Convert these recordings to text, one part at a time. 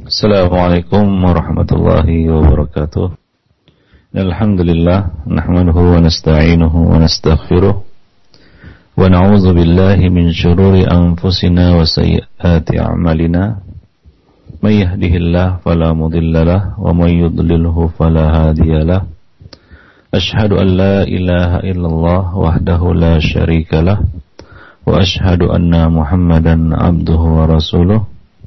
Assalamualaikum warahmatullahi wabarakatuh. Alhamdulillah, nahmaduhu wa nasta'inuhu wa nastaghfiruh wa na'udzu billahi min syururi anfusina wa sayyiati a'malina. May yahdihillahu fala mudhillalah wa may yudlilhu fala hadiyalah. Asyhadu an la ilaha illallah wahdahu la syarikalah wa asyhadu anna Muhammadan abduhu wa rasuluh.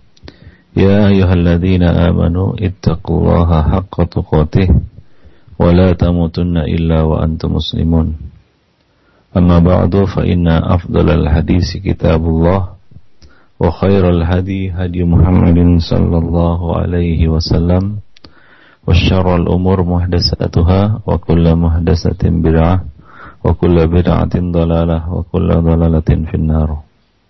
Ya ayyuhalladzina amanu ittaqullaha haqqa tuqatih wa la tamutunna illa wa antum muslimun. Amma ba'du fa inna afdalal hadisi kitabullah wa khairal hadi hadi Muhammadin sallallahu alaihi wasallam wa syarrul umur muhdatsatuha wa kullu muhdatsatin bid'ah wa kullu bid'atin dhalalah wa kullu dhalalatin finnar.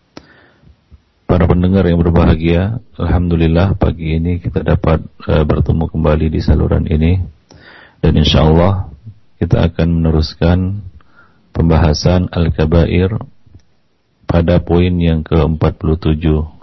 Para pendengar yang berbahagia, alhamdulillah pagi ini kita dapat bertemu kembali di saluran ini, dan insyaallah kita akan meneruskan pembahasan Al-Kabair pada poin yang ke-47.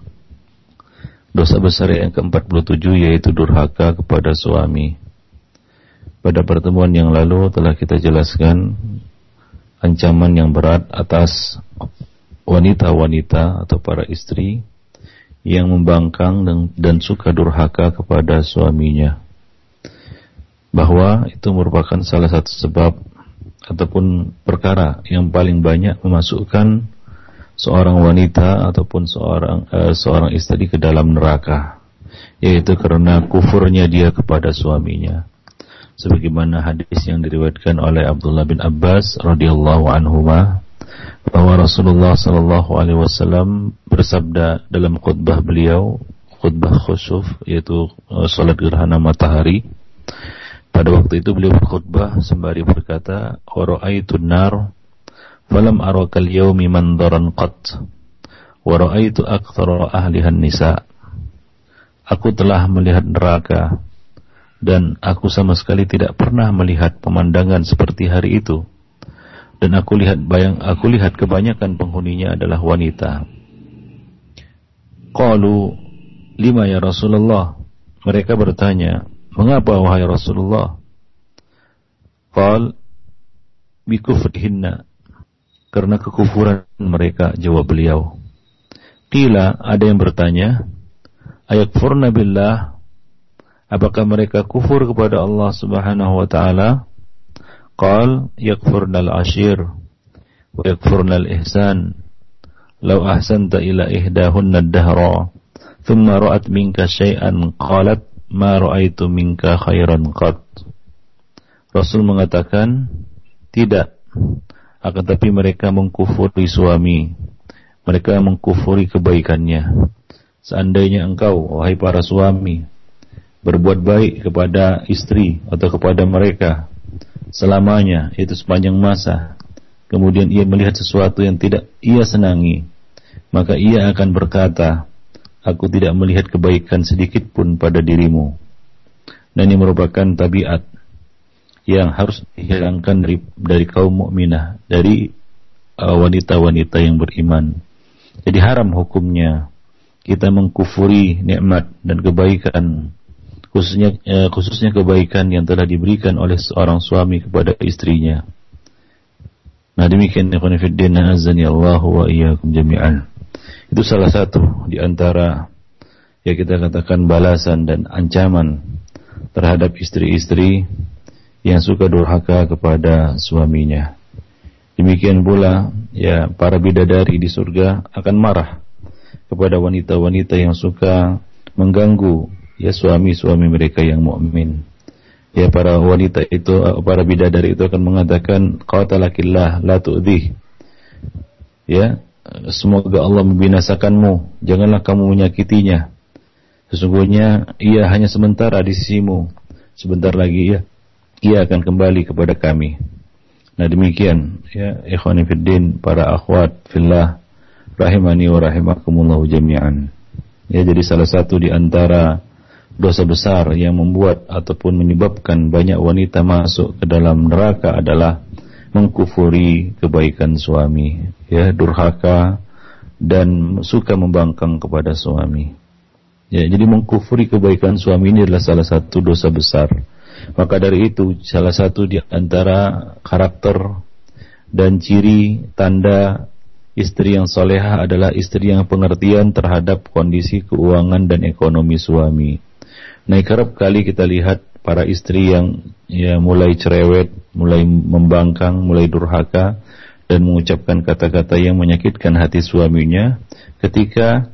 Dosa besar yang ke-47 yaitu durhaka kepada suami. Pada pertemuan yang lalu telah kita jelaskan ancaman yang berat atas wanita-wanita atau para istri yang membangkang dan suka durhaka kepada suaminya, bahwa itu merupakan salah satu sebab ataupun perkara yang paling banyak memasukkan seorang wanita ataupun seorang istri ke dalam neraka, yaitu karena kufurnya dia kepada suaminya. Sebagaimana hadis yang diriwayatkan oleh Abdullah bin Abbas radhiyallahu anhuma, bahwa Rasulullah sallallahu alaihi wasallam bersabda dalam khutbah beliau, khutbah khusuf, yaitu salat gerhana matahari. Pada waktu itu beliau berkhutbah sembari berkata, "Wa ra'aitun nar falam ara kal yaumi mandaran qat wa ra'aitu aktsara ahliha nisa." Aku telah melihat neraka dan aku sama sekali tidak pernah melihat pemandangan seperti hari itu. Dan aku lihat kebanyakan penghuninya adalah wanita. Qalu lima ya Rasulullah. Mereka bertanya, mengapa wahai Rasulullah? Qal bikufrihinna, karena kekufuran mereka, jawab beliau. Qila, ada yang bertanya, ayakfurna billah, apakah mereka kufur kepada Allah Subhanahu wa taala? Qal yakfurnal ashir wa yakfurnal ihsan law ahsanta ila ihdahunna ad-dahra thumma ra'at minka syai'an qalat ma ra'aitu minka khairan qat. Rasul mengatakan, tidak, akan tapi mereka mengkufuri suami, mereka mengkufuri kebaikannya. Seandainya engkau, wahai para suami, berbuat baik kepada istri atau kepada mereka selamanya, yaitu sepanjang masa, kemudian ia melihat sesuatu yang tidak ia senangi, maka ia akan berkata, aku tidak melihat kebaikan sedikit pun pada dirimu. Dan ini merupakan tabiat yang harus dihilangkan dari kaum mukminah, dari wanita-wanita yang beriman. Jadi haram hukumnya kita mengkufuri nikmat dan kebaikan, khususnya kebaikan yang telah diberikan oleh seorang suami kepada istrinya. Nah, demikian ikhwan fillah, azani Allah wa iyyakum jami'an. Itu salah satu di antara yang kita katakan balasan dan ancaman terhadap istri-istri yang suka durhaka kepada suaminya. Demikian pula ya, para bidadari di surga akan marah kepada wanita-wanita yang suka mengganggu ya suami-suami mereka yang mukmin. Ya, para wanita itu, para bidadari itu akan mengatakan, qatalakillah la tu'dhih. Ya, semoga Allah membinasakanmu, janganlah kamu menyakitinya. Sesungguhnya ia hanya sementara di sisimu, sebentar lagi ia akan kembali kepada kami. Nah, demikian ya ikhwani fiddin, para akhwat fillah rahimani wa rahimakumullah jami'an. Ya, jadi salah satu di antara dosa besar yang membuat ataupun menyebabkan banyak wanita masuk ke dalam neraka adalah mengkufuri kebaikan suami, ya, durhaka dan suka membangkang kepada suami. Ya, jadi mengkufuri kebaikan suami ini adalah salah satu dosa besar. Maka dari itu salah satu di antara karakter dan ciri tanda istri yang solehah adalah istri yang pengertian terhadap kondisi keuangan dan ekonomi suami. Nah, kerap kali kita lihat para istri yang mulai cerewet, mulai membangkang, mulai durhaka dan mengucapkan kata-kata yang menyakitkan hati suaminya ketika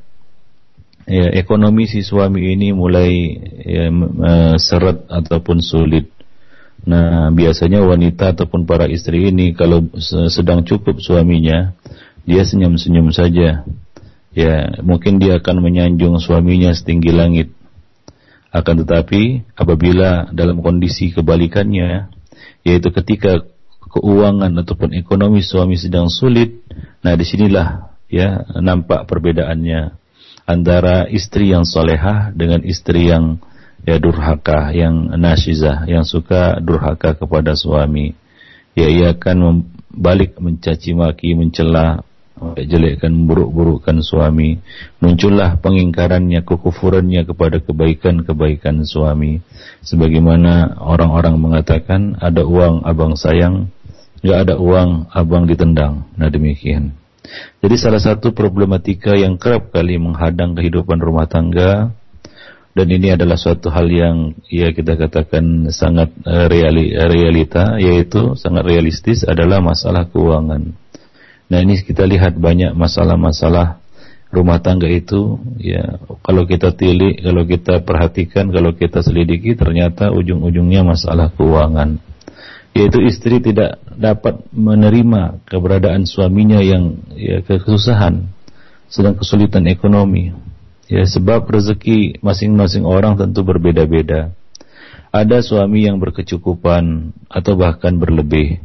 ekonomi si suami ini mulai seret ataupun sulit. Nah, biasanya wanita ataupun para istri ini kalau sedang cukup suaminya, dia senyum-senyum saja. Ya, mungkin dia akan menyanjung suaminya setinggi langit. Akan tetapi apabila dalam kondisi kebalikannya, yaitu ketika keuangan ataupun ekonomi suami sedang sulit, nah disinilah nampak perbedaannya antara istri yang solehah dengan istri yang durhaka, yang nasyizah, yang suka durhaka kepada suami. Ya, ia akan balik mencaci maki, mencela, jelekkan, buruk-burukkan suami. Muncullah pengingkarannya, kekufurannya kepada kebaikan-kebaikan suami. Sebagaimana orang-orang mengatakan, ada uang abang sayang, enggak ada uang abang ditendang. Nah, demikian. Jadi salah satu problematika yang kerap kali menghadang kehidupan rumah tangga, dan ini adalah suatu hal yang kita katakan sangat realita, yaitu sangat realistis, adalah masalah keuangan. Nah, ini kita lihat banyak masalah-masalah rumah tangga itu, kalau kita tilik, kalau kita perhatikan, kalau kita selidiki, ternyata ujung-ujungnya masalah keuangan. Yaitu istri tidak dapat menerima keberadaan suaminya yang kesusahan, sedang kesulitan ekonomi. Ya, sebab rezeki masing-masing orang tentu berbeda-beda. Ada suami yang berkecukupan atau bahkan berlebih.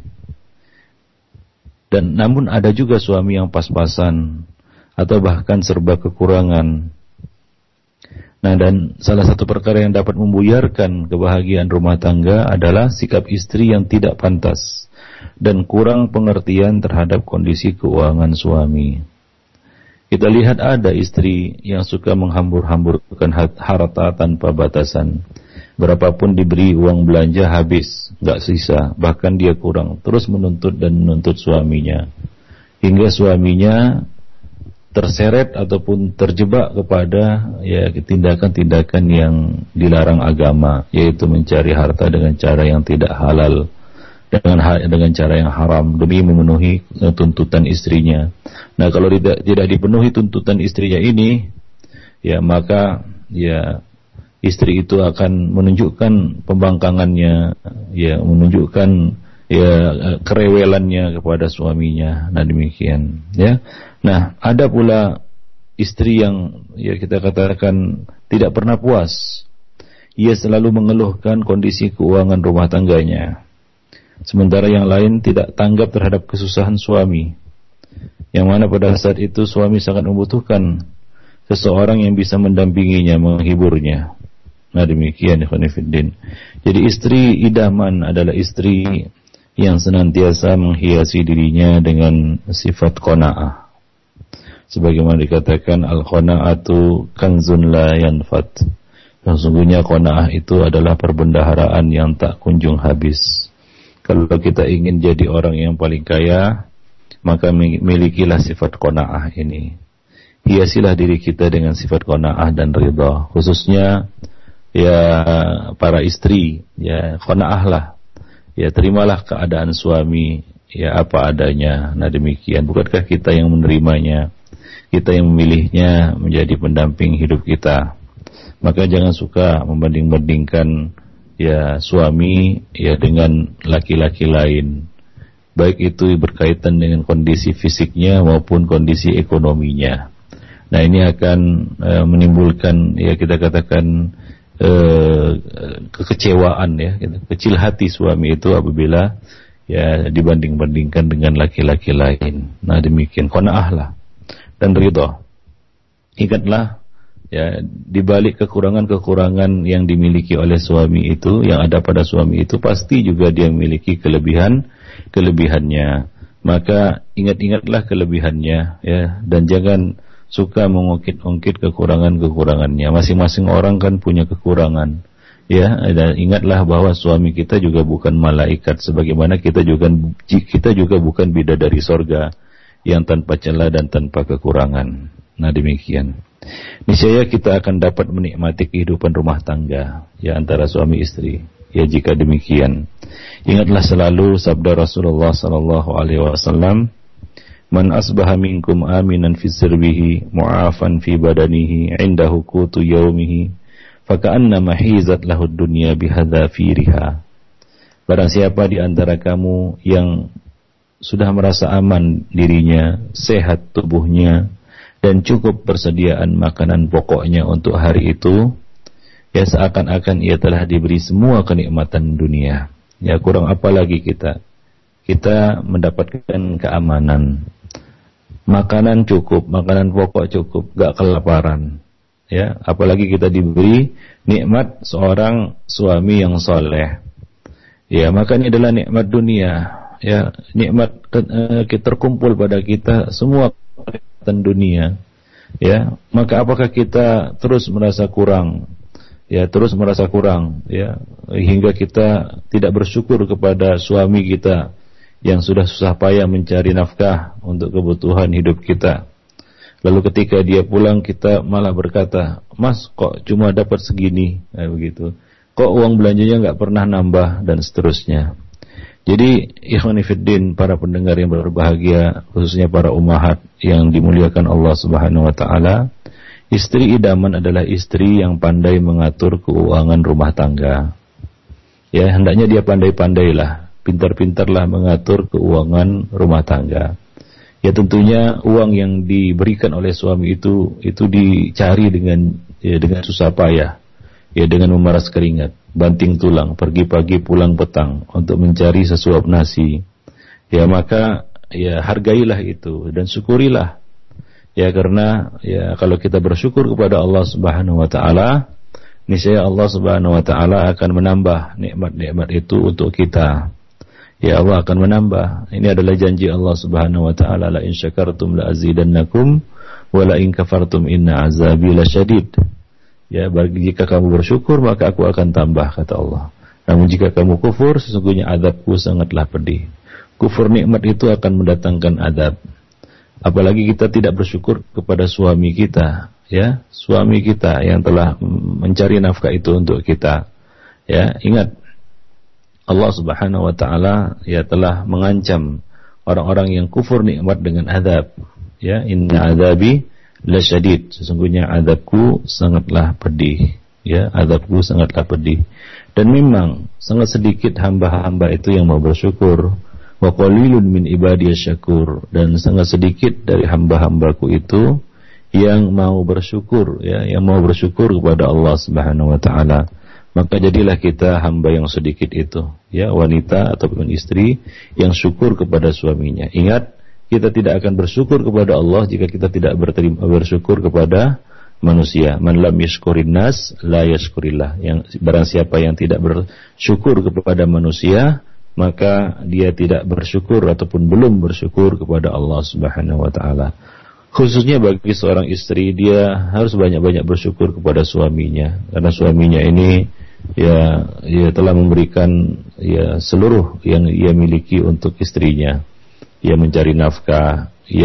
Dan namun ada juga suami yang pas-pasan atau bahkan serba kekurangan. Nah, dan salah satu perkara yang dapat membuyarkan kebahagiaan rumah tangga adalah sikap istri yang tidak pantas dan kurang pengertian terhadap kondisi keuangan suami. Kita lihat ada istri yang suka menghambur-hamburkan harta tanpa batasan. Berapapun diberi uang belanja habis, gak sisa, bahkan dia kurang, terus menuntut suaminya. Hingga suaminya terseret ataupun terjebak kepada tindakan-tindakan yang dilarang agama, yaitu mencari harta dengan cara yang tidak halal, dengan cara yang haram demi memenuhi tuntutan istrinya. Nah, kalau tidak dipenuhi tuntutan istrinya ini, maka istri itu akan menunjukkan pembangkangannya, menunjukkan kerewelannya kepada suaminya. Nah, demikian, Nah, ada pula istri yang kita katakan tidak pernah puas. Ia selalu mengeluhkan kondisi keuangan rumah tangganya. Sementara yang lain tidak tanggap terhadap kesusahan suami. Yang mana pada saat itu suami sangat membutuhkan seseorang yang bisa mendampinginya, menghiburnya. Nah, demikian ikhwan fillah. Jadi istri idaman adalah istri yang senantiasa menghiasi dirinya dengan sifat qanaah. Sebagaimana dikatakan al-qana'atu kanzun la yanfat. Sesungguhnya qana'ah itu adalah perbendaharaan yang tak kunjung habis. Kalau kita ingin jadi orang yang paling kaya, maka milikilah sifat qana'ah ini. Hiasilah diri kita dengan sifat qana'ah dan ridha. Khususnya para istri, qana'ahlah. Terimalah keadaan suami apa adanya. Nah, demikian. Bukankah kita yang menerimanya? Kita yang memilihnya menjadi pendamping hidup kita. Maka jangan suka membanding-bandingkan suami dengan laki-laki lain. Baik itu berkaitan dengan kondisi fisiknya maupun kondisi ekonominya. Nah, ini akan menimbulkan kita katakan kekecewaan, kecil hati suami itu apabila dibanding-bandingkan dengan laki-laki lain. Nah, demikian, qanaahlah dan ridha. Ingatlah di balik kekurangan-kekurangan yang dimiliki oleh suami itu, yang ada pada suami itu, pasti juga dia memiliki kelebihannya. Maka ingat-ingatlah kelebihannya, dan jangan suka mengungkit-ungkit kekurangan-kekurangannya. Masing-masing orang kan punya kekurangan. Ya, dan ingatlah bahwa suami kita juga bukan malaikat, sebagaimana kita juga bukan bidadari sorga yang tanpa celah dan tanpa kekurangan. Nah, demikian. Niscaya kita akan dapat menikmati kehidupan rumah tangga ya antara suami istri. Ya, jika demikian, ingatlah selalu sabda Rasulullah sallallahu alaihi wasallam, "Man asbaha minkum aminan fi sirbihi mu'afan fi badanihi 'indahu qutu yaumihi, faka'annama hizat lahud dunya bihadzafiriha." Barang siapa di antara kamu yang sudah merasa aman dirinya, sehat tubuhnya, dan cukup persediaan makanan pokoknya untuk hari itu, ya seakan-akan ia telah diberi semua kenikmatan dunia. Ya, kurang apa lagi kita mendapatkan keamanan, makanan cukup, makanan pokok cukup, gak kelaparan. Ya, apalagi kita diberi nikmat seorang suami yang soleh. Ya, maka ini adalah nikmat dunia. Ya, nikmat terkumpul pada kita semua kenikmatan dunia. Ya, maka apakah kita terus merasa kurang? Ya, terus merasa kurang, ya, hingga kita tidak bersyukur kepada suami kita yang sudah susah payah mencari nafkah untuk kebutuhan hidup kita. Lalu ketika dia pulang kita malah berkata, "Mas, kok cuma dapat segini?" Begitu. Kok uang belanjanya nggak pernah nambah, dan seterusnya. Jadi, ikhwani fiddin, para pendengar yang berbahagia, khususnya para ummahat yang dimuliakan Allah Subhanahu wa taala, istri idaman adalah istri yang pandai mengatur keuangan rumah tangga. Ya, hendaknya dia pandai-pandailah, pintar-pintarlah mengatur keuangan rumah tangga. Ya, tentunya uang yang diberikan oleh suami itu dicari dengan susah payah. Ya, dengan memeras keringat, banting tulang, pergi pagi pulang petang untuk mencari sesuap nasi. Ya, maka ya hargailah itu dan syukurilah. Ya, karena ya kalau kita bersyukur kepada Allah Subhanahu wa taala, niscaya Allah Subhanahu wa taala akan menambah nikmat-nikmat itu untuk kita. Ya, Allah akan menambah. Ini adalah janji Allah Subhanahu wa taala, la in syakartum la azidannakum wa la in kafartum inna azabi lasyadid. Ya, jika kamu bersyukur maka aku akan tambah, kata Allah. Namun jika kamu kufur, sesungguhnya azabku sangatlah pedih. Kufur nikmat itu akan mendatangkan azab. Apalagi kita tidak bersyukur kepada suami kita, ya, suami kita yang telah mencari nafkah itu untuk kita. Ya, ingat Allah Subhanahu wa taala ya telah mengancam orang-orang yang kufur nikmat dengan azab. Ya, inna azabi lasyadid, sesungguhnya azabku sangatlah pedih. Ya, azabku sangatlah pedih. Dan memang sangat sedikit hamba-hamba itu yang mau bersyukur. Wa qalilun min ibadiyasy syakur, dan sangat sedikit dari hamba-hambaku itu yang mau bersyukur, ya, yang mau bersyukur kepada Allah Subhanahu wa taala. Maka jadilah kita hamba yang sedikit itu, ya, wanita ataupun istri yang syukur kepada suaminya. Ingat, kita tidak akan bersyukur kepada Allah jika kita tidak bersyukur kepada manusia. Man lam yashkurin nas la yashkurillah. Yang barang siapa yang tidak bersyukur kepada manusia, maka dia tidak bersyukur ataupun belum bersyukur kepada Allah Subhanahu wa taala. Khususnya bagi seorang istri, dia harus banyak-banyak bersyukur kepada suaminya, karena suaminya ini ya telah memberikan ya seluruh yang ia miliki untuk istrinya. Ia mencari nafkah, ia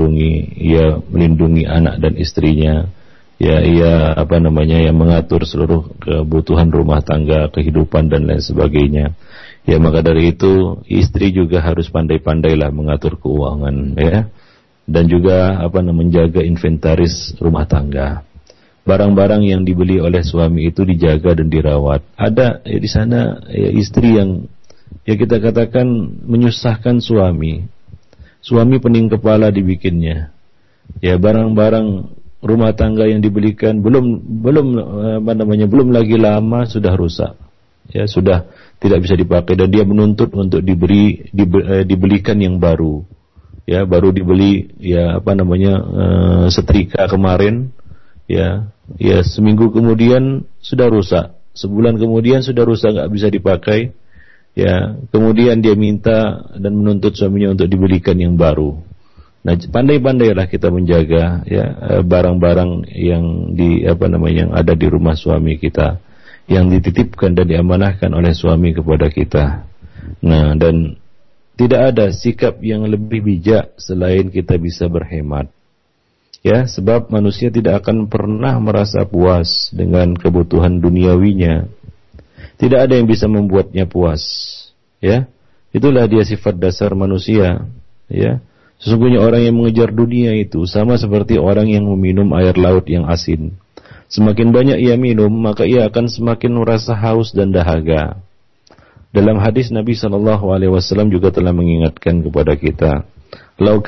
melindungi anak dan istrinya. Ya, ia yang mengatur seluruh kebutuhan rumah tangga, kehidupan dan lain sebagainya. Ya, maka dari itu istri juga harus pandai-pandailah mengatur keuangan, ya. Dan juga menjaga inventaris rumah tangga. Barang-barang yang dibeli oleh suami itu dijaga dan dirawat. Ada di sana ya, istri yang ya kita katakan menyusahkan suami. Suami pening kepala dibikinnya. Ya, barang-barang rumah tangga yang dibelikan belum lagi lama sudah rusak. Ya, sudah tidak bisa dipakai, dan dia menuntut untuk dibelikan yang baru. Ya, baru dibeli ya setrika kemarin, ya seminggu kemudian sudah rusak, sebulan kemudian sudah rusak, nggak bisa dipakai. Ya, kemudian dia minta dan menuntut suaminya untuk dibelikan yang baru. Nah, pandai-pandailah kita menjaga ya barang-barang yang yang ada di rumah suami kita, yang dititipkan dan diamanahkan oleh suami kepada kita. Nah, dan tidak ada sikap yang lebih bijak selain kita bisa berhemat. Ya, sebab manusia tidak akan pernah merasa puas dengan kebutuhan duniawinya. Tidak ada yang bisa membuatnya puas. Ya, itulah dia sifat dasar manusia. Ya. Sesungguhnya orang yang mengejar dunia itu sama seperti orang yang meminum air laut yang asin. Semakin banyak ia minum, maka ia akan semakin merasa haus dan dahaga. Dalam hadis Nabi SAW juga telah mengingatkan kepada kita, "Lau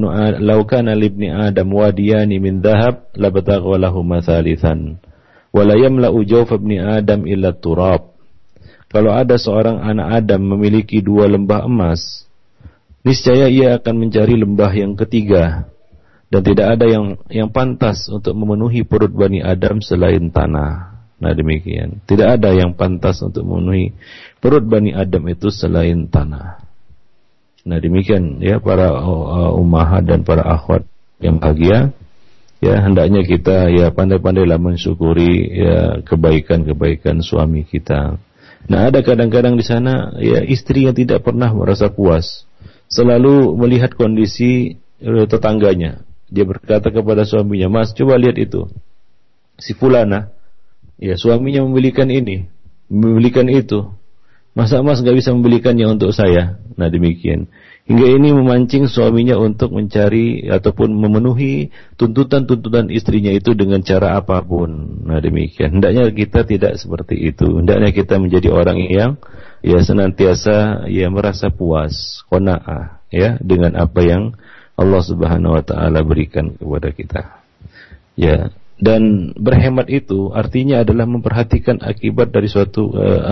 kana libni Adam wadiyani min dhahab, labtagha lahuma thalithan, wa la yamla'u jawfa ibni Adam illa turab." Kalau ada seorang anak Adam memiliki 2 lembah emas, niscaya ia akan mencari lembah yang ketiga, dan tidak ada yang pantas untuk memenuhi perut Bani Adam selain tanah. Nah, demikian. Tidak ada yang pantas untuk memenuhi perut Bani Adam itu selain tanah. Nah, demikian ya para ummahat dan para akhwat yang bahagia. Ya, hendaknya kita ya pandai-pandailah mensyukuri ya kebaikan-kebaikan suami kita. Nah, ada kadang-kadang di sana ya istri yang tidak pernah merasa puas, selalu melihat kondisi tetangganya. Dia berkata kepada suaminya, "Mas, coba lihat itu. Si fulana, ya suaminya membelikan ini, membelikan itu. Masa Mas gak bisa membelikannya untuk saya?" Nah, demikian. Hingga ini memancing suaminya untuk mencari ataupun memenuhi tuntutan-tuntutan istrinya itu dengan cara apapun. Nah, demikian. Hendaknya kita tidak seperti itu. Hendaknya kita menjadi orang yang ya senantiasa ya merasa puas, qanaah ya dengan apa yang Allah Subhanahu wa taala berikan kepada kita. Ya, dan berhemat itu artinya adalah memperhatikan akibat dari suatu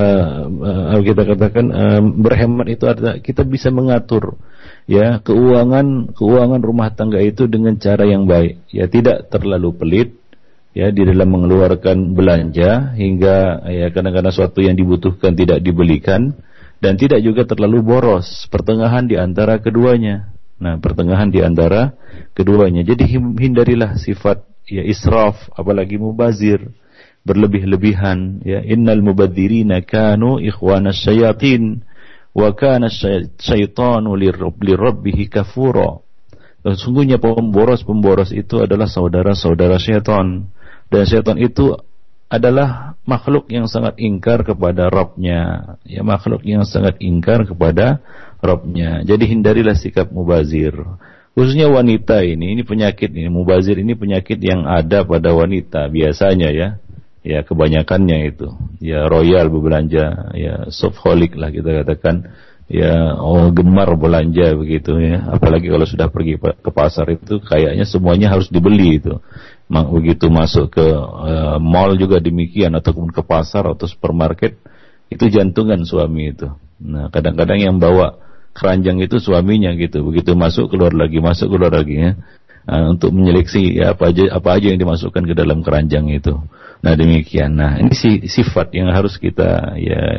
kita katakan berhemat itu adalah kita bisa mengatur ya keuangan rumah tangga itu dengan cara yang baik. Ya, tidak terlalu pelit ya di dalam mengeluarkan belanja hingga ya kadang-kadang suatu yang dibutuhkan tidak dibelikan, dan tidak juga terlalu boros, pertengahan di antara keduanya. Nah, pertengahan di antara keduanya. Jadi hindarilah sifat ya israf, apalagi mubazir, berlebih-lebihan ya. Innal mubadzirina kanu ikhwanas syayatin wa kana syaitanu lirabbih kafura. Sesungguhnya pemboros itu adalah saudara-saudara syaitan, dan syaitan itu adalah makhluk yang sangat ingkar kepada Rabbnya, ya, makhluk yang sangat ingkar kepada Rabbnya. Jadi hindarilah sikap mubazir. Khususnya wanita ini penyakit ini, mubazir ini penyakit yang ada pada wanita biasanya ya. Ya, kebanyakannya itu ya royal berbelanja, ya shopaholic lah kita katakan. Ya, gemar belanja begitu ya. Apalagi kalau sudah pergi ke pasar itu kayaknya semuanya harus dibeli itu. Begitu masuk ke mall juga demikian, ataupun ke pasar atau supermarket, itu jantungan suami itu. Nah, kadang-kadang yang bawa keranjang itu suaminya gitu. Begitu masuk keluar lagi ya. Untuk menyeleksi ya apa aja yang dimasukkan ke dalam keranjang itu. Nah, demikian. Nah, ini sifat yang harus kita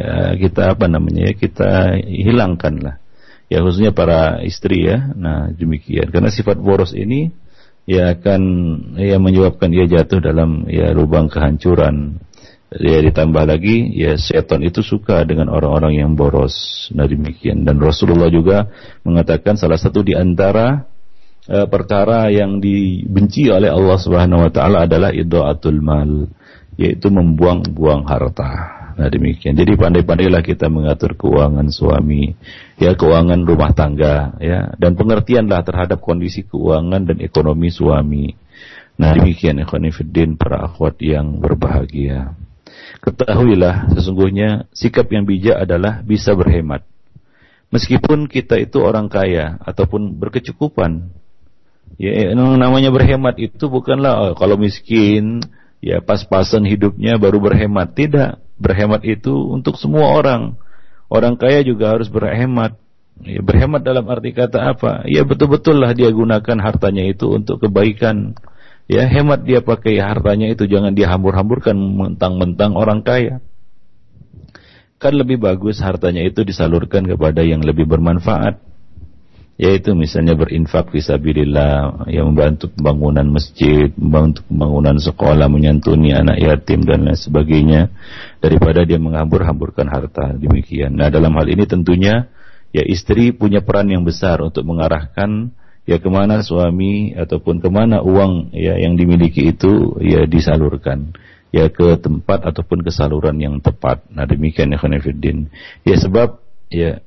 kita hilangkan lah. Ya, khususnya para istri ya. Nah, demikian. Karena sifat boros ini ya akan ya menyebabkan ia jatuh dalam ya lubang kehancuran. Ya, ditambah lagi ya setan itu suka dengan orang-orang yang boros. Nah, demikian. Dan Rasulullah juga mengatakan salah satu di antara perkara yang dibenci oleh Allah Subhanahu wa taala adalah idaatul mal, yaitu membuang-buang harta. Nah, demikian. Jadi pandai-pandailah kita mengatur keuangan suami, ya keuangan rumah tangga, ya, dan pengertianlah terhadap kondisi keuangan dan ekonomi suami. Nah, demikian ikhwani fiddin, para akhwat yang berbahagia. Ketahuilah sesungguhnya sikap yang bijak adalah bisa berhemat. Meskipun kita itu orang kaya ataupun berkecukupan. Ya, namanya berhemat itu bukanlah kalau miskin ya pas-pasan hidupnya baru berhemat. Tidak, berhemat itu untuk semua orang. Orang kaya juga harus berhemat. Ya, berhemat dalam arti kata apa? Ya, betul-betul lah dia gunakan hartanya itu untuk kebaikan. Ya, hemat dia pakai hartanya itu, jangan dia hambur-hamburkan mentang-mentang orang kaya. Kan lebih bagus hartanya itu disalurkan kepada yang lebih bermanfaat. yaitu misalnya berinfak fisabilillah, yang membantu pembangunan masjid, membantu pembangunan sekolah, menyantuni anak yatim dan lain sebagainya, daripada dia menghambur-hamburkan harta. Demikian. Nah, dalam hal ini tentunya ya istri punya peran yang besar untuk mengarahkan ya kemana suami ataupun kemana uang ya yang dimiliki itu ya disalurkan ya ke tempat ataupun ke saluran yang tepat. Nah, demikian ya khonifuddin. Ya sebab ya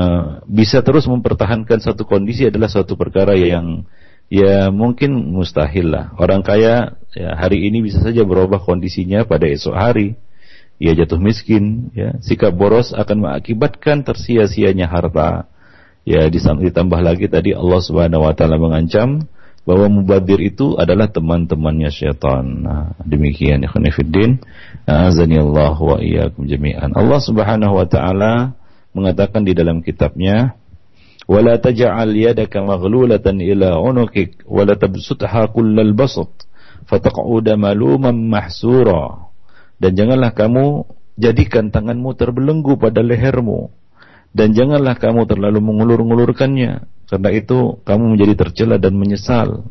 bisa terus mempertahankan satu kondisi adalah suatu perkara yang ya mungkin mustahil lah. Orang kaya ya, hari ini bisa saja berubah kondisinya pada esok hari. Ya jatuh miskin, ya sikap boros akan mengakibatkan tersia-sianya harta. Ya ditambah lagi tadi Allah Subhanahu wa taala mengancam bahwa mubadir itu adalah teman-temannya syaitan. Nah, demikian ya khonifuddin. Azanillahu wa iyyakum jami'an. Allah Subhanahu wa taala mengatakan di dalam kitabnya, wala taj'al yadaka maghlulatan ila unukik wala tabsutha kullal basat fataq'uda maluman mahsura. Dan janganlah kamu jadikan tanganmu terbelenggu pada lehermu, dan janganlah kamu terlalu mengulur-ngulurkannya, karena itu kamu menjadi tercela dan menyesal.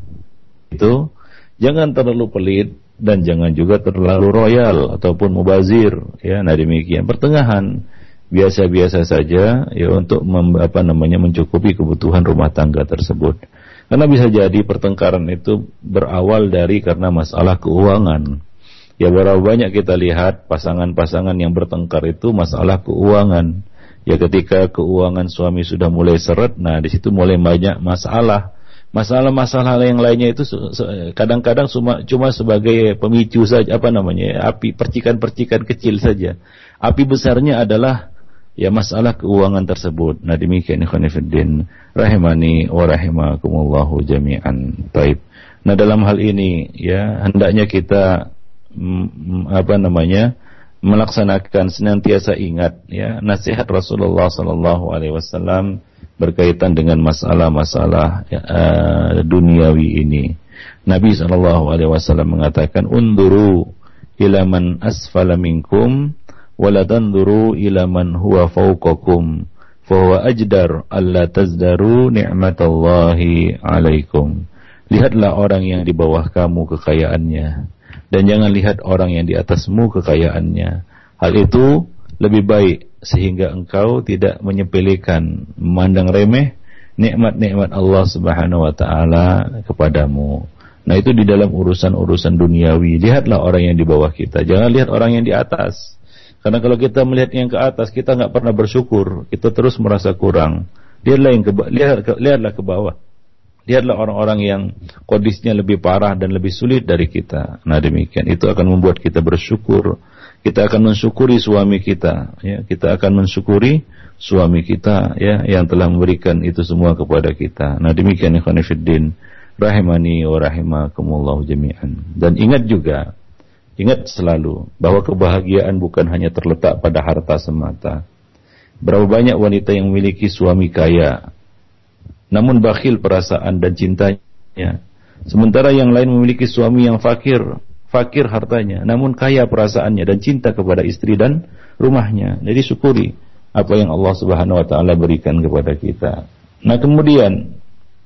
Itu jangan terlalu pelit dan jangan juga terlalu royal ataupun mubazir ya. Nah, demikian pertengahan, biasa-biasa saja ya untuk mencukupi kebutuhan rumah tangga tersebut. Karena bisa jadi pertengkaran itu berawal dari karena masalah keuangan. Ya berapa banyak kita lihat pasangan-pasangan yang bertengkar itu masalah keuangan. Ya ketika keuangan suami sudah mulai seret, nah di situ mulai banyak masalah. Masalah-masalah yang lainnya itu kadang-kadang cuma sebagai pemicu saja, api, percikan-percikan kecil saja. Api besarnya adalah ya masalah keuangan tersebut. Nah demikian ikhwan fillah rahimani wa rahimakumullahu jami'an. Baik. Nah dalam hal ini ya hendaknya kita melaksanakan senantiasa ingat ya nasihat Rasulullah sallallahu alaihi wasallam berkaitan dengan masalah-masalah duniawi ini. Nabi sallallahu alaihi wasallam mengatakan, "Unduru ila man asfala minkum wala tanzuru ila man huwa fawqakum fa huwa ajdar alla tazdaru ni'matallahi 'alaikum." Lihatlah orang yang di bawah kamu kekayaannya, dan jangan lihat orang yang di atasmu kekayaannya. Hal itu lebih baik sehingga engkau tidak menyepelekan, memandang remeh nikmat-nikmat Allah Subhanahu wa taala kepadamu. Nah, itu di dalam urusan-urusan duniawi. Lihatlah orang yang di bawah kita, jangan lihat orang yang di atas. Karena kalau kita melihat yang ke atas, kita enggak pernah bersyukur, kita terus merasa kurang. Lihatlah ke bawah. Lihatlah orang-orang yang kondisinya lebih parah dan lebih sulit dari kita. Nah demikian, itu akan membuat kita bersyukur. Kita akan mensyukuri suami kita ya. Kita akan mensyukuri suami kita ya, yang telah memberikan itu semua kepada kita. Nah demikian ikhwan fillah rahimani wa rahimakumullah jami'an. Dan ingat selalu bahwa kebahagiaan bukan hanya terletak pada harta semata. Berapa banyak wanita yang memiliki suami kaya namun bakhil perasaan dan cintanya, sementara yang lain memiliki suami yang fakir hartanya namun kaya perasaannya dan cinta kepada istri dan rumahnya. Jadi syukuri apa yang Allah Subhanahu wa taala berikan kepada kita. Nah kemudian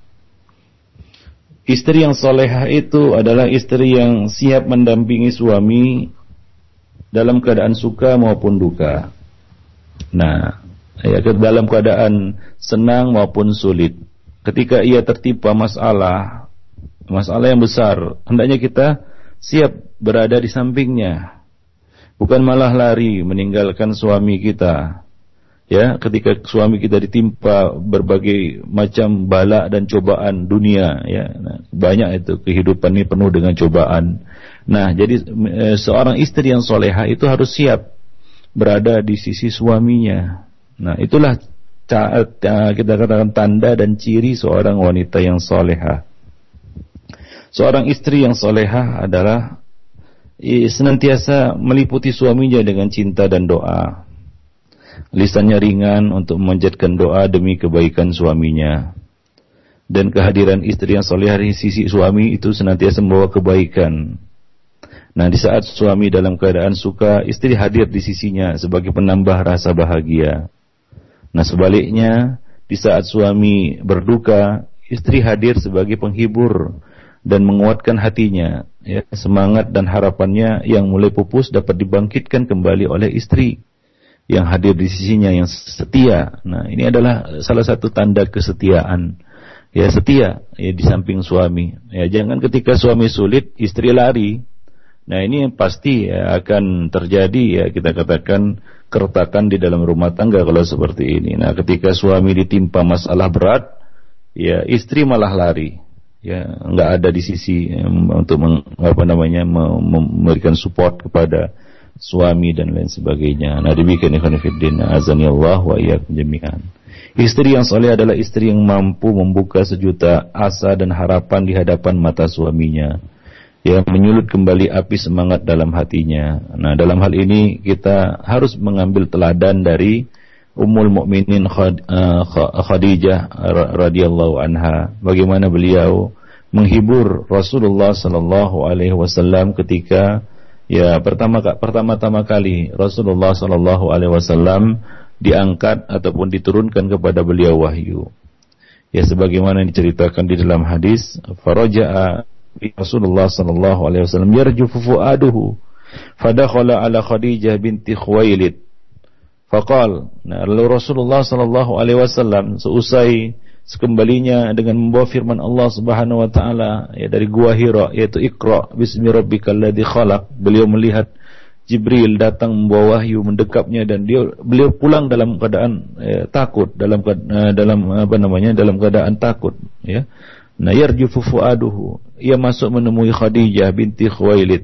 istri yang salehah itu adalah istri yang siap mendampingi suami dalam keadaan suka maupun duka. Nah, ya, dalam keadaan senang maupun sulit. Ketika ia tertimpa masalah yang besar, hendaknya kita siap berada di sampingnya, bukan malah lari meninggalkan suami kita. Ya, ketika suami kita ditimpa berbagai macam bala dan cobaan dunia, ya, nah, banyak itu kehidupan ini penuh dengan cobaan. Nah, jadi seorang istri yang solehah itu harus siap berada di sisi suaminya. Nah, itulah kita katakan tanda dan ciri seorang wanita yang solehah. Seorang istri yang solehah adalah senantiasa meliputi suaminya dengan cinta dan doa. Lisannya ringan untuk memanjatkan doa demi kebaikan suaminya. Dan kehadiran istri yang solehah di sisi suami itu senantiasa membawa kebaikan. Nah, di saat suami dalam keadaan suka, istri hadir di sisinya sebagai penambah rasa bahagia. Nah, sebaliknya, Di saat suami berduka, istri hadir sebagai penghibur dan menguatkan hatinya, ya, semangat dan harapannya yang mulai pupus dapat dibangkitkan kembali oleh istri yang hadir di sisinya, yang setia. Nah, ini adalah salah satu tanda kesetiaan. Ya, setia ya di samping suami. Ya, jangan ketika suami sulit istri lari. Nah, ini pasti ya, akan terjadi, ya, kita katakan keretakan di dalam rumah tangga kalau seperti ini. Nah, ketika suami ditimpa masalah berat, ya istri malah lari. Ya, enggak ada di sisi untuk memberikan support kepada suami dan lain sebagainya. Nah, demikian ikhwan fillah, azanillah wa iyyakum jami'an. Istri yang saleh adalah istri yang mampu membuka sejuta asa dan harapan di hadapan mata suaminya, yang menyulut kembali api semangat dalam hatinya. Nah, dalam hal ini kita harus mengambil teladan dari Ummul Mukminin Khadijah radhiyallahu anha, bagaimana beliau menghibur Rasulullah sallallahu alaihi wasallam ketika ya pertama-tama kali Rasulullah sallallahu alaihi wasallam diangkat ataupun diturunkan kepada beliau wahyu. Ya, sebagaimana diceritakan di dalam hadis, faraja'a Rasulullah sallallahu alaihi wasallam yarjufu fuaduhu fadakhala ala Khadijah binti Khuwailid faqal. Nah, lalu Rasulullah sallallahu alaihi wasallam seusai sekembalinya dengan membawa firman Allah Subhanahu wa taala ya dari gua Hira, yaitu Iqra bismi rabbikal ladzi khalaq, beliau melihat Jibril datang membawa wahyu mendekapnya dan beliau pulang dalam keadaan takut, dalam keadaan takut, ya. Nah, yarjufu fuaduhu, ia masuk menemui Khadijah binti Khuwailid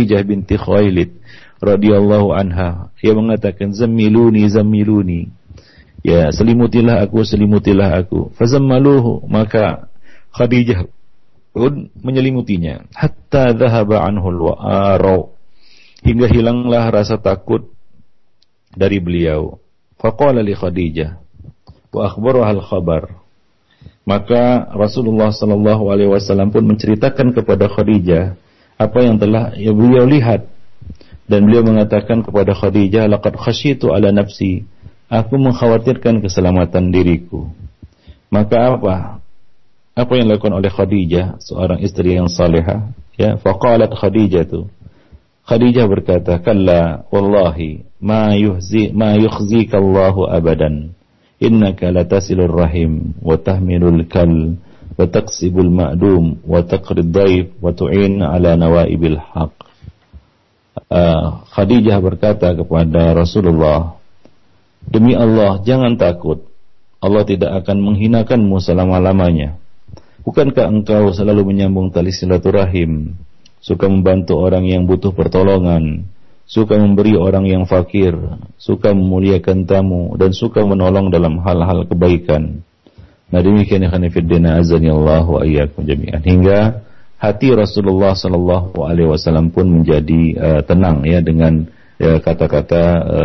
radhiyallahu anha. Ia mengatakan, zammiluni, ya, selimutilah aku. Fazammaluhu, maka Khadijah pun menyelimutinya. Hatta dhahaba anhu al-wa'ara, hingga hilanglah rasa takut dari beliau. Faqala li Khadijah wa akhbaraha al-khabar. Maka Rasulullah sallallahu alaihi wasallam pun menceritakan kepada Khadijah apa yang telah beliau lihat, dan beliau mengatakan kepada Khadijah, laqad khasyitu ala nafsi, aku mengkhawatirkan keselamatan diriku. Maka apa yang dilakukan oleh Khadijah, seorang istri yang salehah, ya, faqalat Khadijah berkata, kalla wallahi ma yukhzika Allahu abadan, innaka latasilur rahim wa tahmilul kal wa taqsibul ma'dum wa taqrid dhaif wa tu'in ala nawaibil haq. Khadijah berkata kepada Rasulullah, demi Allah, jangan takut, Allah tidak akan menghinakanmu selama-lamanya. Bukankah engkau selalu menyambung tali silaturahim, suka membantu orang yang butuh pertolongan, suka memberi orang yang fakir, suka memuliakan tamu, dan suka menolong dalam hal-hal kebaikan. Nah, demikian ikhwan fillah, azanillahu wa iyyakum jami'an. Hingga hati Rasulullah sallallahu alaihi wasallam pun menjadi tenang, ya, dengan kata-kata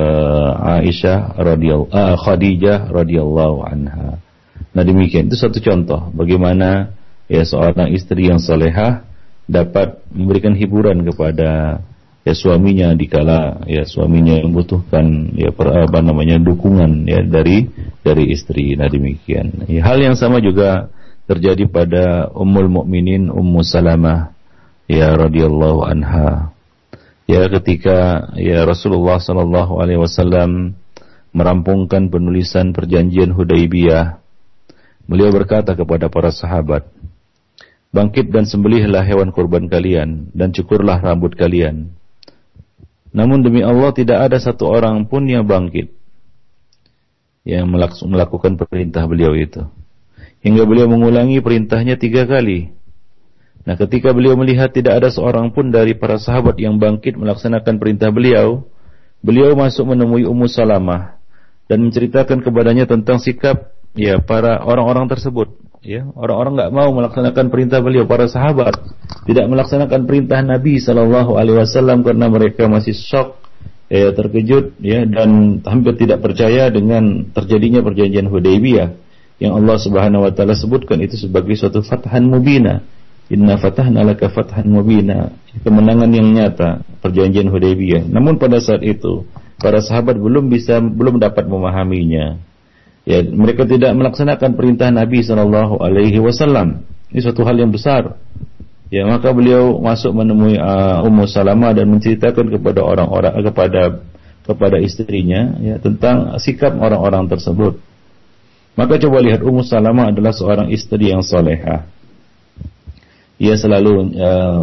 Khadijah radhiyallahu anha. Nah, demikian, itu satu contoh bagaimana ya seorang istri yang salehah dapat memberikan hiburan kepada ya suaminya dikala ya suaminya membutuhkan ya dukungan ya dari istri. Nah, demikian. Ya, hal yang sama juga terjadi pada Ummul Mukminin Ummu Salamah ya radhiyallahu anha. Ya, ketika ya Rasulullah sallallahu alaihi wasallam merampungkan penulisan perjanjian Hudaibiyah, beliau berkata kepada para sahabat, bangkit dan sembelihlah hewan kurban kalian dan cukurlah rambut kalian. Namun demi Allah tidak ada satu orang pun yang bangkit yang melakukan perintah beliau itu, hingga beliau mengulangi perintahnya 3 kali. Nah, ketika beliau melihat tidak ada seorang pun dari para sahabat yang bangkit melaksanakan perintah beliau, beliau masuk menemui Ummu Salamah dan menceritakan kepadanya tentang sikap ya para orang-orang tersebut. Ya, orang-orang enggak mau melaksanakan perintah beliau, para sahabat tidak melaksanakan perintah Nabi sallallahu alaihi wasallam karena mereka masih syok, ya, terkejut, ya, dan hampir tidak percaya dengan terjadinya perjanjian Hudaibiyah yang Allah Subhanahu wa taala sebutkan itu sebagai suatu fathan mubina. Inna fatahna laka fathan mubina, kemenangan yang nyata, perjanjian Hudaibiyah. Namun pada saat itu para sahabat belum dapat memahaminya. Ya, mereka tidak melaksanakan perintah Nabi sallallahu alaihi wasallam. Ini suatu hal yang besar. Ya, maka beliau masuk menemui Ummu Salamah dan menceritakan kepada orang-orang kepada istrinya ya tentang sikap orang-orang tersebut. Maka coba lihat, Ummu Salamah adalah seorang istri yang salehah. Ia selalu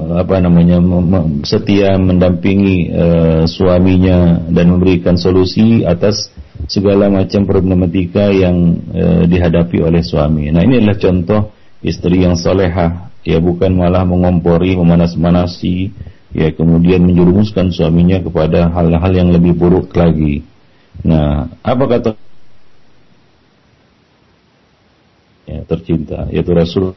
setia mendampingi suaminya dan memberikan solusi atas segala macam problematika yang dihadapi oleh suami. Nah, ini adalah contoh istri yang salehah, ya, bukan malah mengompori, memanas-manasi, ya, kemudian menjerumuskan suaminya kepada hal-hal yang lebih buruk lagi. Nah, apa kata ya, tercinta, yaitu Rasul,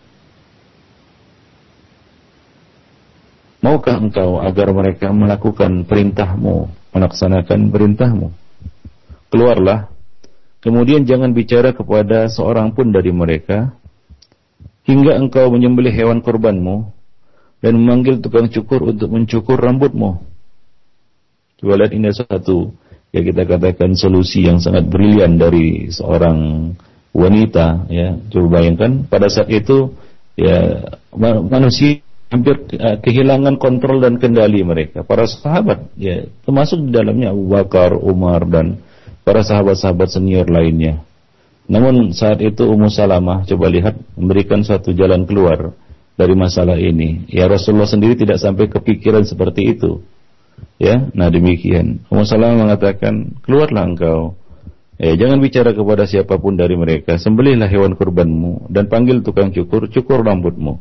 maukah engkau agar mereka melakukan perintahmu, melaksanakan perintahmu? Keluarlah, kemudian jangan bicara kepada seorang pun dari mereka, hingga engkau menyembelih hewan kurbanmu, dan memanggil tukang cukur untuk mencukur rambutmu. Coba lihat, ini satu, ya, kita katakan solusi yang sangat brilian dari seorang wanita, ya. Coba bayangkan, pada saat itu, ya, manusia hampir kehilangan kontrol dan kendali mereka. Para sahabat, ya, termasuk di dalamnya Abu Bakar, Umar, dan para sahabat-sahabat senior lainnya. Namun saat itu Ummu Salamah, coba lihat, memberikan suatu jalan keluar dari masalah ini. Ya, Rasulullah sendiri tidak sampai kepikiran seperti itu. Ya, nah demikian. Ummu Salamah mengatakan, keluarlah engkau. Jangan bicara kepada siapapun dari mereka. Sembelihlah hewan kurbanmu dan panggil tukang cukur, cukur rambutmu.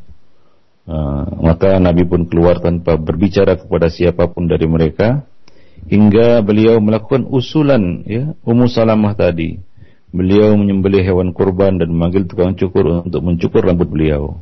Maka Nabi pun keluar tanpa berbicara kepada siapapun dari mereka, hingga beliau melakukan usulan, ya, Ummu Salamah tadi. Beliau menyembelih hewan kurban dan memanggil tukang cukur untuk mencukur rambut beliau.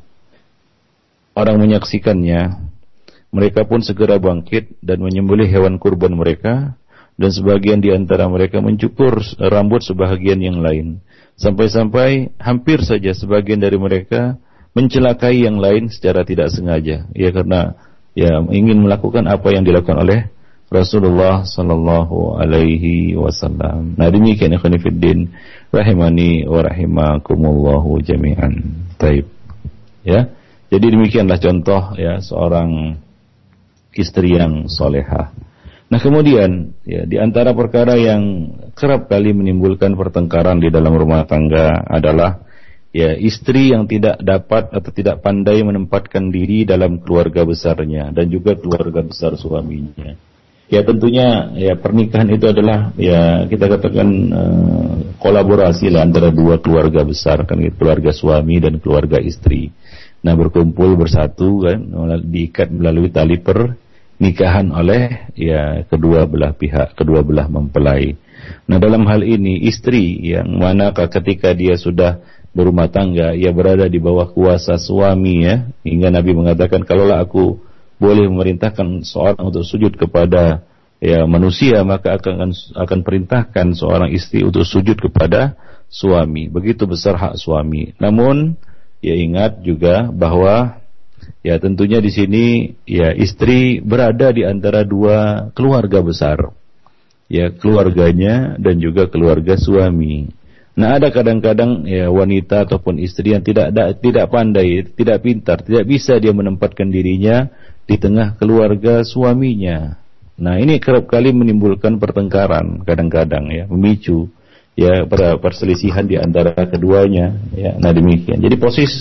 Orang menyaksikannya, mereka pun segera bangkit dan menyembelih hewan kurban mereka, dan sebagian di antara mereka mencukur rambut sebahagian yang lain. Sampai-sampai hampir saja sebagian dari mereka mencelakai yang lain secara tidak sengaja, ya, karena ya ingin melakukan apa yang dilakukan oleh Rasulullah sallallahu alaihi wasallam. Nah, demikian ikhwan fillah rahimani wa rahimakumullahu jami'an. Baik. Ya. Jadi demikianlah contoh, ya, seorang istri yang salehah. Nah, kemudian, ya, di antara perkara yang kerap kali menimbulkan pertengkaran di dalam rumah tangga adalah, ya, istri yang tidak dapat atau tidak pandai menempatkan diri dalam keluarga besarnya dan juga keluarga besar suaminya. Ya, tentunya, ya, pernikahan itu adalah, ya, kita katakan kolaborasi lah antara dua keluarga besar, kan, keluarga suami dan keluarga istri. Nah, berkumpul bersatu, kan, diikat melalui tali pernikahan oleh, ya, kedua belah pihak, kedua belah mempelai. Nah, dalam hal ini istri yang mana ketika dia sudah berumah tangga, ia berada di bawah kuasa suami, ya, hingga Nabi mengatakan, kalaulah aku boleh memerintahkan seorang untuk sujud kepada, ya, manusia, maka akan perintahkan seorang istri untuk sujud kepada suami. Begitu besar hak suami. Namun, ya, ingat juga bahwa, ya, tentunya di sini, ya, istri berada di antara dua keluarga besar, ya, keluarganya dan juga keluarga suami. Nah, ada kadang-kadang, ya, wanita ataupun istri yang tidak pandai, tidak pintar, tidak bisa dia menempatkan dirinya di tengah keluarga suaminya. Nah, ini kerap kali menimbulkan pertengkaran kadang-kadang, ya, memicu, ya, perselisihan di antara keduanya, ya. Nah, demikian. Jadi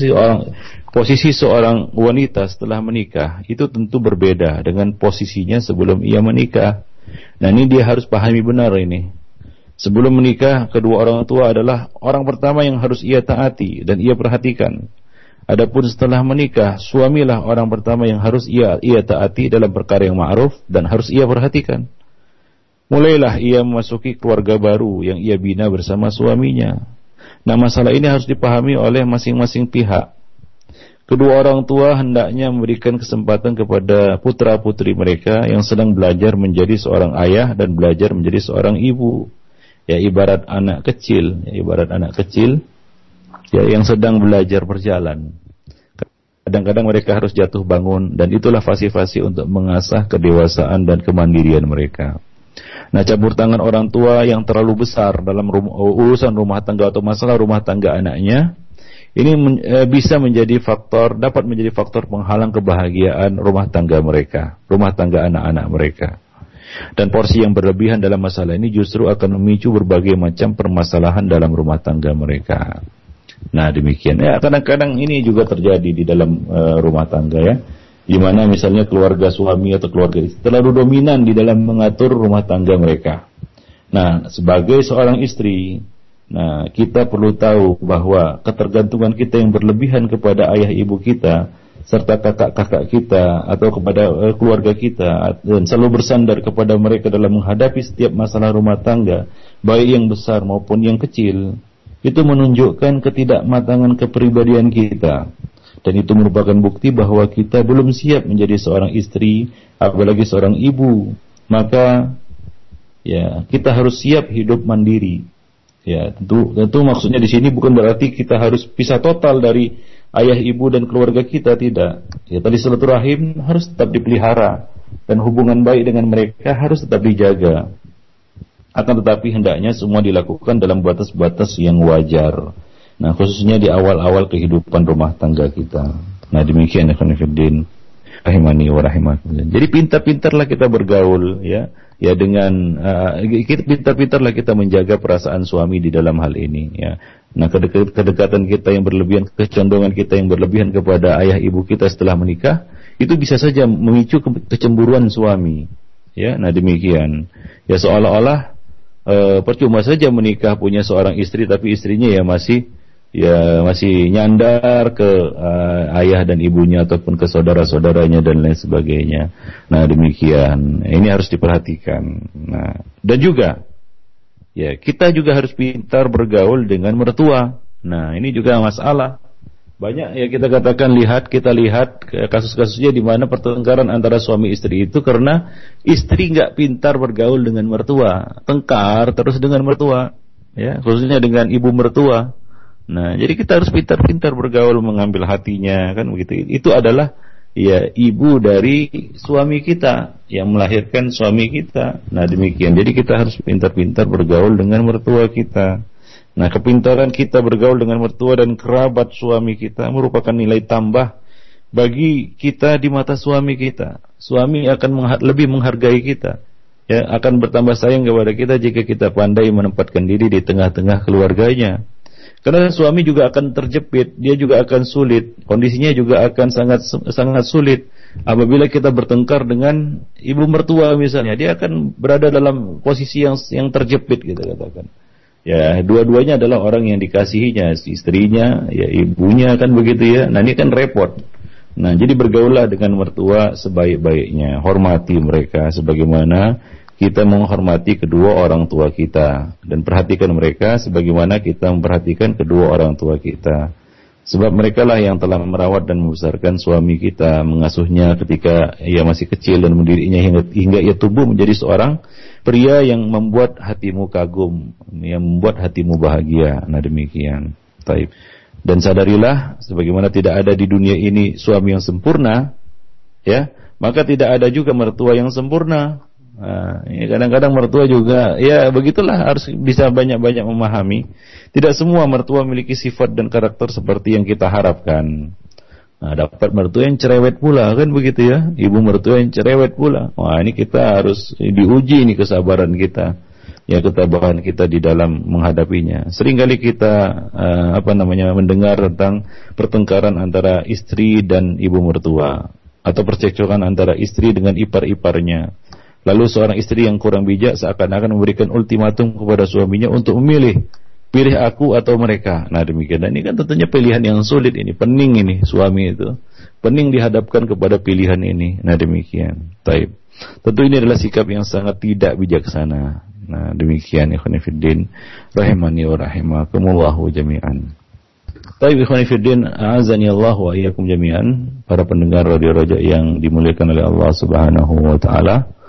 posisi seorang wanita setelah menikah itu tentu berbeda dengan posisinya sebelum ia menikah. Nah, ini dia harus pahami benar ini. Sebelum menikah, kedua orang tua adalah orang pertama yang harus ia taati dan ia perhatikan. Adapun setelah menikah, suamilah orang pertama yang harus ia taati dalam perkara yang ma'ruf dan harus ia perhatikan. Mulailah ia memasuki keluarga baru yang ia bina bersama suaminya. Nah, masalah ini harus dipahami oleh masing-masing pihak. Kedua orang tua hendaknya memberikan kesempatan kepada putra-putri mereka yang sedang belajar menjadi seorang ayah dan belajar menjadi seorang ibu. Ya, ibarat anak kecil, ya, yang sedang belajar berjalan. Kadang-kadang mereka harus jatuh bangun, dan itulah fase-fase untuk mengasah kedewasaan dan kemandirian mereka. Nah, campur tangan orang tua yang terlalu besar dalam urusan rumah tangga atau masalah rumah tangga anaknya, ini dapat menjadi faktor penghalang kebahagiaan rumah tangga mereka, rumah tangga anak-anak mereka. Dan porsi yang berlebihan dalam masalah ini justru akan memicu berbagai macam permasalahan dalam rumah tangga mereka. Nah, demikian. Ya, kadang-kadang ini juga terjadi di dalam rumah tangga ya, di mana misalnya keluarga suami atau keluarga istri terlalu dominan di dalam mengatur rumah tangga mereka. Nah, sebagai seorang istri, nah, kita perlu tahu bahwa ketergantungan kita yang berlebihan kepada ayah ibu kita serta kakak-kakak kita atau kepada keluarga kita dan selalu bersandar kepada mereka dalam menghadapi setiap masalah rumah tangga, baik yang besar maupun yang kecil, itu menunjukkan ketidakmatangan kepribadian kita. Dan itu merupakan bukti bahwa kita belum siap menjadi seorang istri, apalagi seorang ibu. Maka ya, kita harus siap hidup mandiri. Ya, tentu maksudnya di sini bukan berarti kita harus pisah total dari ayah ibu dan keluarga kita, tidak. Ya, tadi silaturahim harus tetap dipelihara dan hubungan baik dengan mereka harus tetap dijaga. Akan tetapi hendaknya semua dilakukan dalam batas-batas yang wajar. Nah, khususnya di awal-awal kehidupan rumah tangga kita. Nah, demikian ya khonifuddin rahimani wa rahimakumullah. Jadi pintar-pintarlah kita bergaul ya. Ya, dengan kita pintar-pintarlah kita menjaga perasaan suami di dalam hal ini ya. Nah, kedekatan kita yang berlebihan, kecondongan kita yang berlebihan kepada ayah ibu kita setelah menikah, itu bisa saja memicu kecemburuan suami ya. Nah, demikian. Ya, seolah-olah percuma saja menikah punya seorang istri tapi istrinya masih nyandar ke ayah dan ibunya ataupun ke saudara-saudaranya dan lain sebagainya. Nah, demikian. Ini harus diperhatikan. Nah, dan juga ya, kita juga harus pintar bergaul dengan mertua. Nah, ini juga masalah. Banyak ya kita lihat kasus-kasusnya di mana pertengkaran antara suami istri itu karena istri nggak pintar bergaul dengan mertua, tengkar terus dengan mertua, ya, khususnya dengan ibu mertua. Nah, jadi kita harus pintar-pintar bergaul, mengambil hatinya, kan begitu. Itu adalah ya ibu dari suami kita yang melahirkan suami kita. Nah, demikian. Jadi kita harus pintar-pintar bergaul dengan mertua kita. Nah, kepintaran kita bergaul dengan mertua dan kerabat suami kita merupakan nilai tambah bagi kita di mata suami kita. Suami akan lebih menghargai kita, ya, akan bertambah sayang kepada kita jika kita pandai menempatkan diri di tengah-tengah keluarganya. Karena suami juga akan terjepit, dia juga akan sulit, kondisinya juga akan sangat sulit apabila kita bertengkar dengan ibu mertua misalnya. Dia akan berada dalam posisi yang terjepit, kita katakan. Ya, dua-duanya adalah orang yang dikasihinya, istrinya, ya ibunya, kan begitu ya. Nah, ini kan repot. Nah, jadi bergaullah dengan mertua sebaik-baiknya, hormati mereka sebagaimana kita menghormati kedua orang tua kita, dan perhatikan mereka sebagaimana kita memperhatikan kedua orang tua kita. Sebab mereka lah yang telah merawat dan membesarkan suami kita, mengasuhnya ketika ia masih kecil dan mendidiknya hingga ia tumbuh menjadi seorang pria yang membuat hatimu kagum, yang membuat hatimu bahagia. Nah, demikian. Taib. Dan sadarilah sebagaimana tidak ada di dunia ini suami yang sempurna, ya, maka tidak ada juga mertua yang sempurna. Nah, ya, kadang-kadang mertua juga, ya begitulah, harus bisa banyak-banyak memahami. Tidak semua mertua memiliki sifat dan karakter seperti yang kita harapkan. Nah, dapat mertua yang cerewet pula, kan begitu ya. Ibu mertua yang cerewet pula. Wah, ini kita harus diuji ini kesabaran kita, ya, ketabahan kita di dalam menghadapinya. Seringkali kita mendengar tentang pertengkaran antara istri dan ibu mertua, atau percekcokan antara istri dengan ipar-iparnya. Lalu seorang istri yang kurang bijak seakan-akan memberikan ultimatum kepada suaminya untuk memilih, pilih aku atau mereka. Nah, demikian. Dan ini kan tentunya pilihan yang sulit ini, pening ini suami itu, pening dihadapkan kepada pilihan ini. Nah, demikian. Taib. Tentu ini adalah sikap yang sangat tidak bijaksana. Nah, demikian ikhwan fillah rahimani wa rahimakumullahu jami'an. Taib ikhwan fillah, a'azani Allah wa iyyakum jami'an, para pendengar Radio Raja yang dimuliakan oleh Allah Subhanahu wa taala.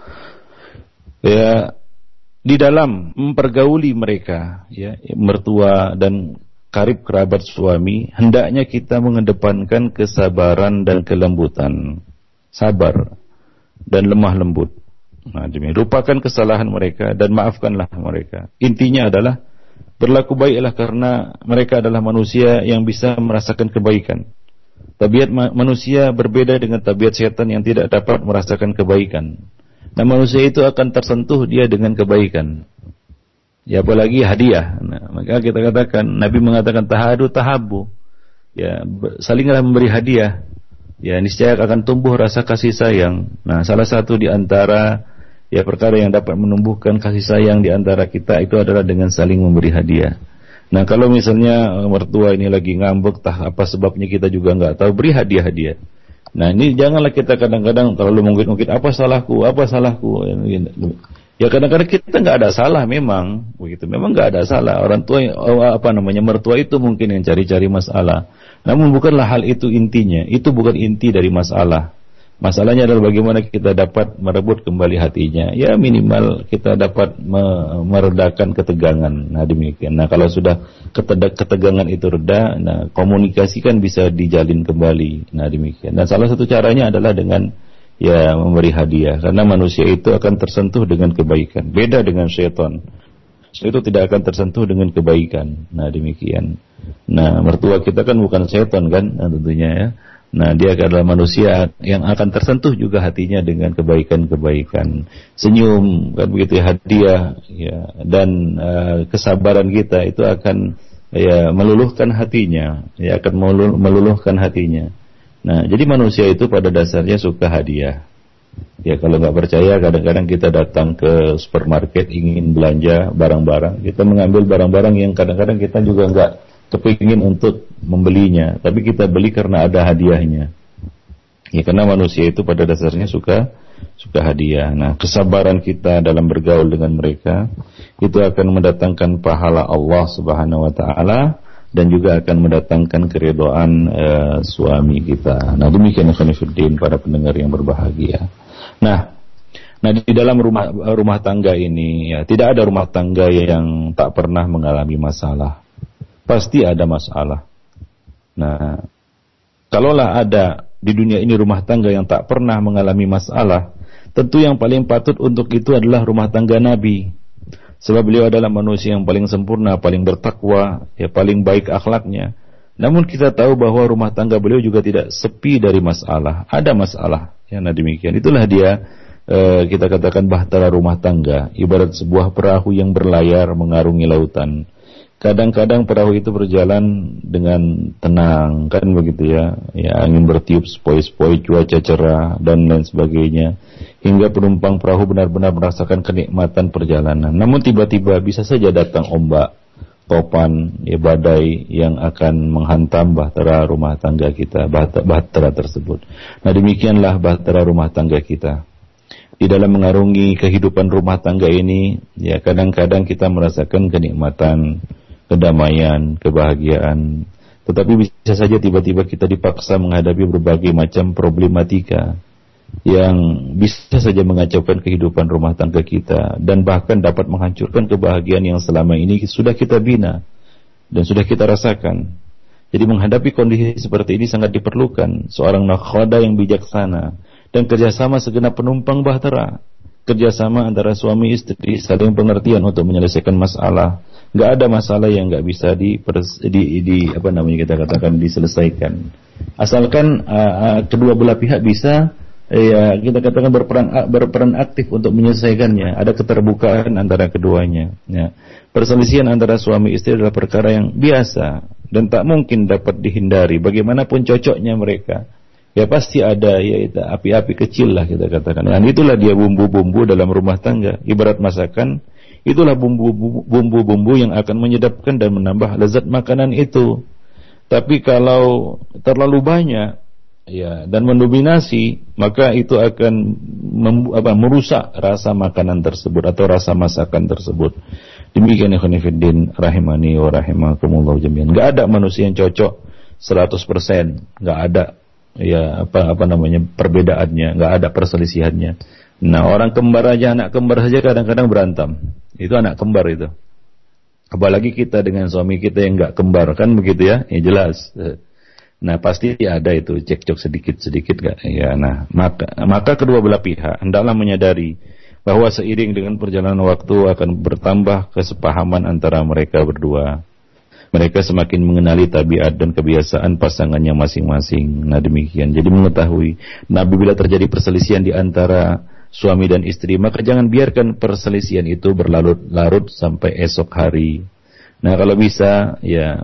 Ya, di dalam mempergauli mereka, ya, mertua dan karib kerabat suami, hendaknya kita mengedepankan kesabaran dan kelembutan, sabar dan lemah lembut. Nah, lupakan kesalahan mereka dan maafkanlah mereka. Intinya adalah berlaku baiklah karena mereka adalah manusia yang bisa merasakan kebaikan. Tabiat manusia berbeda dengan tabiat setan yang tidak dapat merasakan kebaikan. Nah, manusia itu akan tersentuh dia dengan kebaikan. Ya, apalagi hadiah. Nah, maka kita katakan, Nabi mengatakan tahadu tahabu. Ya, salinglah memberi hadiah. Ya, niscaya akan tumbuh rasa kasih sayang. Nah, salah satu di antara perkara yang dapat menumbuhkan kasih sayang di antara kita itu adalah dengan saling memberi hadiah. Nah, kalau misalnya mertua ini lagi ngambek, apa sebabnya kita juga nggak tahu, beri hadiah-hadiah. Nah, ini janganlah kita kadang-kadang terlalu mungkit-mungkit, apa salahku. Ya kadang-kadang kita nggak ada salah memang, begitu. Memang nggak ada salah. Orang tua, mertua itu mungkin yang cari-cari masalah. Namun bukanlah hal itu intinya. Itu bukan inti dari masalah. Masalahnya adalah bagaimana kita dapat merebut kembali hatinya. Ya minimal kita dapat meredakan ketegangan. Nah demikian. Nah kalau sudah ketegangan itu reda, nah komunikasi kan bisa dijalin kembali. Nah demikian. Dan salah satu caranya adalah dengan memberi hadiah. Karena manusia itu akan tersentuh dengan kebaikan. Beda dengan syaitan. Itu tidak akan tersentuh dengan kebaikan. Nah demikian. Nah mertua kita kan bukan syaitan kan, nah, tentunya ya. Nah dia adalah manusia yang akan tersentuh juga hatinya dengan kebaikan-kebaikan. Senyum kan begitu ya, hadiah ya, dan kesabaran kita itu akan meluluhkan hatinya, akan meluluhkan hatinya. Nah jadi manusia itu pada dasarnya suka hadiah. Ya kalau nggak percaya, kadang-kadang kita datang ke supermarket ingin belanja barang-barang, kita mengambil barang-barang yang kadang-kadang kita juga nggak kepingin untuk membelinya, tapi kita beli karena ada hadiahnya. Ya karena manusia itu pada dasarnya suka hadiah. Nah kesabaran kita dalam bergaul dengan mereka itu akan mendatangkan pahala Allah Subhanahu Wa Taala dan juga akan mendatangkan keridhaan suami kita. Nah demikian ikhwanifiddin para pendengar yang berbahagia. Nah di dalam rumah tangga ini tidak ada rumah tangga yang tak pernah mengalami masalah. Pasti ada masalah. Nah, kalaulah ada di dunia ini rumah tangga yang tak pernah mengalami masalah, tentu yang paling patut untuk itu adalah rumah tangga Nabi. Sebab beliau adalah manusia yang paling sempurna, paling bertakwa, paling baik akhlaknya. Namun kita tahu bahwa rumah tangga beliau juga tidak sepi dari masalah. Ada masalah. Nah demikian. Itulah dia kita katakan bahtera rumah tangga, ibarat sebuah perahu yang berlayar mengarungi lautan. Kadang-kadang perahu itu berjalan dengan tenang, kan begitu ya. Angin bertiup sepoi-sepoi, cuaca cerah dan lain sebagainya, hingga penumpang perahu benar-benar merasakan kenikmatan perjalanan. Namun tiba-tiba bisa saja datang ombak, topan, badai yang akan menghantam bahtera rumah tangga kita, bahtera tersebut. Nah demikianlah bahtera rumah tangga kita. Di dalam mengarungi kehidupan rumah tangga ini, kadang-kadang kita merasakan kenikmatan, kedamaian, kebahagiaan. Tetapi bisa saja tiba-tiba kita dipaksa menghadapi berbagai macam problematika yang bisa saja mengacaukan kehidupan rumah tangga kita dan bahkan dapat menghancurkan kebahagiaan yang selama ini sudah kita bina dan sudah kita rasakan. Jadi menghadapi kondisi seperti ini sangat diperlukan seorang nakhoda yang bijaksana dan kerjasama segenap penumpang bahtera. Kerjasama antara suami istri, saling pengertian untuk menyelesaikan masalah. Nggak ada masalah yang nggak bisa kita katakan diselesaikan. Asalkan kedua belah pihak bisa kita katakan berperan aktif untuk menyelesaikannya. Ada keterbukaan antara keduanya. Perselisihan antara suami istri adalah perkara yang biasa dan tak mungkin dapat dihindari. Bagaimanapun cocoknya mereka, pasti ada api-api kecil lah kita katakan. Dan itulah dia bumbu-bumbu dalam rumah tangga. Ibarat masakan, itulah bumbu-bumbu yang akan menyedapkan dan menambah lezat makanan itu. Tapi kalau terlalu banyak dan mendominasi, maka itu akan merusak rasa makanan tersebut atau rasa masakan tersebut. Demikian ikhwanifiddin rahimani wa rahimakumullah jami'an. Enggak ada manusia yang cocok 100%, enggak ada perbedaannya, enggak ada perselisihannya. Nah, orang kembar aja, anak kembar saja kadang-kadang berantem. Itu anak kembar itu. Apalagi kita dengan suami kita yang enggak kembar, kan begitu ya? Jelas. Nah, pasti ada itu cekcok sedikit-sedikit enggak? Nah, maka kedua belah pihak hendaklah menyadari bahwa seiring dengan perjalanan waktu akan bertambah kesepahaman antara mereka berdua. Mereka semakin mengenali tabiat dan kebiasaan pasangannya masing-masing. Nah demikian. Jadi mengetahui. Nah apabila terjadi perselisihan di antara suami dan istri, maka jangan biarkan perselisihan itu berlarut-larut sampai esok hari. Nah kalau bisa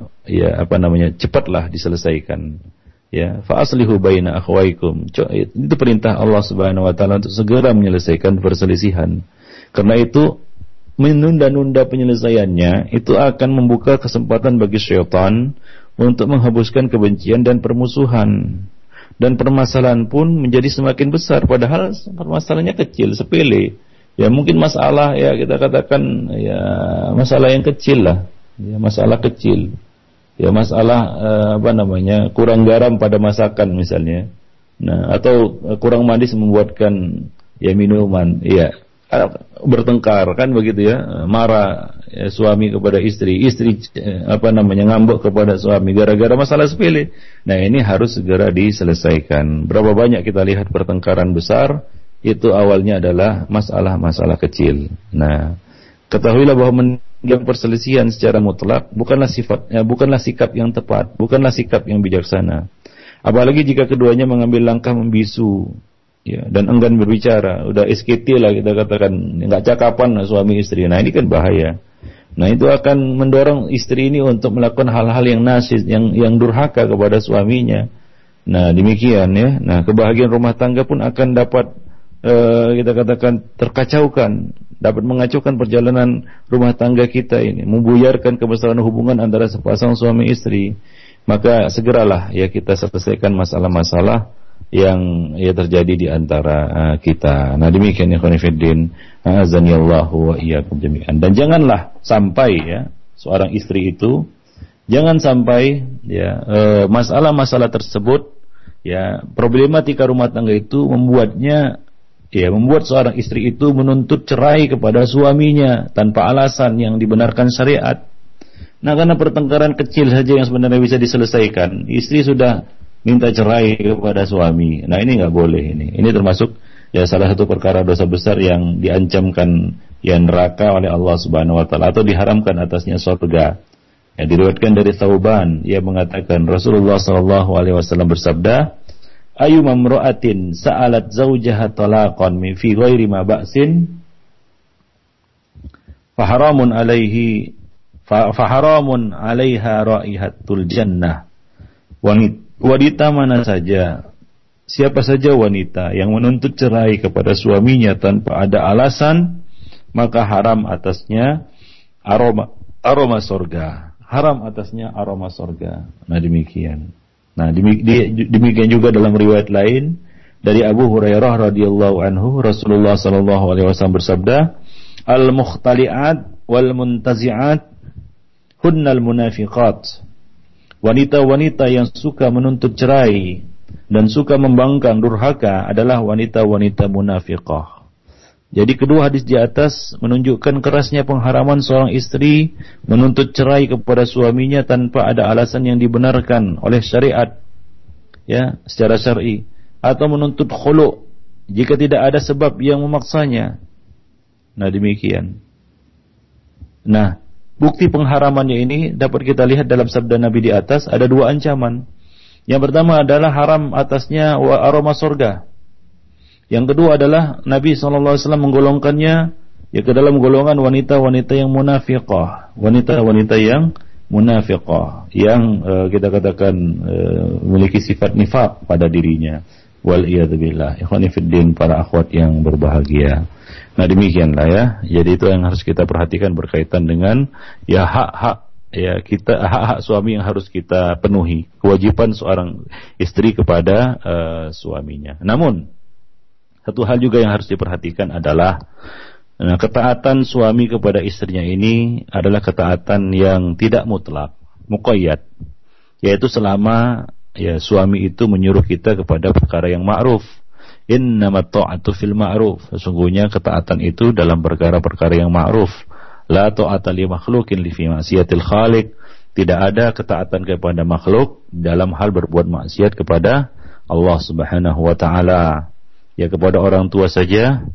cepatlah diselesaikan. Ya, fa aslihu baina akhwaikum. Itu perintah Allah Subhanahu wa taala untuk segera menyelesaikan perselisihan. Karena itu menunda-nunda penyelesaiannya itu akan membuka kesempatan bagi syaitan untuk menghembuskan kebencian dan permusuhan. Dan permasalahan pun menjadi semakin besar padahal permasalahannya kecil, sepele. Ya mungkin masalah kita katakan masalah yang kecil lah. Ya masalah kecil. Ya masalah kurang garam pada masakan misalnya. Nah, atau kurang manis membuatkan minuman. Ya, bertengkar kan begitu ya. Marah suami kepada istri ngambek kepada suami gara-gara masalah sepele. Nah, ini harus segera diselesaikan. Berapa banyak kita lihat pertengkaran besar itu awalnya adalah masalah-masalah kecil. Nah, ketahuilah bahwa yang perselisihan secara mutlak bukanlah sikap yang tepat, bukanlah sikap yang bijaksana. Apalagi jika keduanya mengambil langkah membisu, dan enggan berbicara, udah SKT lah kita katakan, nggak cakapan lah suami istri. Nah ini kan bahaya. Nah itu akan mendorong istri ini untuk melakukan hal-hal yang nasis, yang durhaka kepada suaminya. Nah demikian ya. Nah kebahagiaan rumah tangga pun akan dapat kita katakan terkacaukan, dapat mengacaukan perjalanan rumah tangga kita ini, membuyarkan kebesaran hubungan antara sepasang suami istri. Maka segeralah kita selesaikan masalah-masalah yang terjadi di antara kita. Nah demikian ya khonifuddin, azanillahu wa iyyakum jami'an. Dan janganlah sampai seorang istri itu jangan sampai masalah-masalah tersebut problematika rumah tangga itu membuat seorang istri itu menuntut cerai kepada suaminya tanpa alasan yang dibenarkan syariat. Nah karena pertengkaran kecil saja yang sebenarnya bisa diselesaikan, istri sudah minta cerai kepada suami. Nah ini nggak boleh. Ini termasuk salah satu perkara dosa besar yang diancamkan neraka oleh Allah Subhanahu wa taala atau diharamkan atasnya surga. Diriwayatkan dari Thauban, ia mengatakan Rasulullah sallallahu alaihi wasallam bersabda, ayu mamra'atin sa'alat zawjaha talaqan min fi ghairi ma ba'sin faharamun 'alaiha raihatul jannah. Wanita mana saja, siapa saja wanita yang menuntut cerai kepada suaminya tanpa ada alasan, maka haram atasnya aroma surga. Haram atasnya aroma surga. Nah demikian. Nah demikian juga dalam riwayat lain dari Abu Hurairah radhiyallahu anhu, Rasulullah sallallahu alaihi wasallam bersabda, al-mukhtali'at wal muntazi'at hunnal munafiqat. Wanita-wanita yang suka menuntut cerai dan suka membangkang durhaka adalah wanita-wanita munafiqah. Jadi kedua hadis di atas menunjukkan kerasnya pengharaman seorang istri menuntut cerai kepada suaminya tanpa ada alasan yang dibenarkan oleh syariat, secara syar'i, atau menuntut khulu' jika tidak ada sebab yang memaksanya. Nah demikian. Nah, bukti pengharamannya ini dapat kita lihat dalam sabda Nabi di atas, ada dua ancaman. Yang pertama adalah haram atasnya aroma surga. Yang kedua adalah Nabi SAW menggolongkannya ke dalam golongan wanita-wanita yang munafiqah. Wanita-wanita yang munafiqah, yang kita katakan memiliki sifat nifaq pada dirinya. Wal'iyadzubillah. Ikhwani fiddin, para akhwat yang berbahagia. Nah demikianlah jadi itu yang harus kita perhatikan berkaitan dengan hak-hak hak-hak suami yang harus kita penuhi, kewajiban seorang istri kepada suaminya. Namun satu hal juga yang harus diperhatikan adalah ketaatan suami kepada istrinya ini adalah ketaatan yang tidak mutlak, muqayyad, yaitu selama suami itu menyuruh kita kepada perkara yang ma'ruf. Innamat ta'atu fil ma'ruf. Sesungguhnya ketaatan itu dalam perkara-perkara yang ma'ruf. La ta'ata li makhluqin li fi ma'siyatil khaliq. Tidak ada ketaatan kepada makhluk dalam hal berbuat maksiat kepada Allah Subhanahu wa taala. Kepada orang tua saja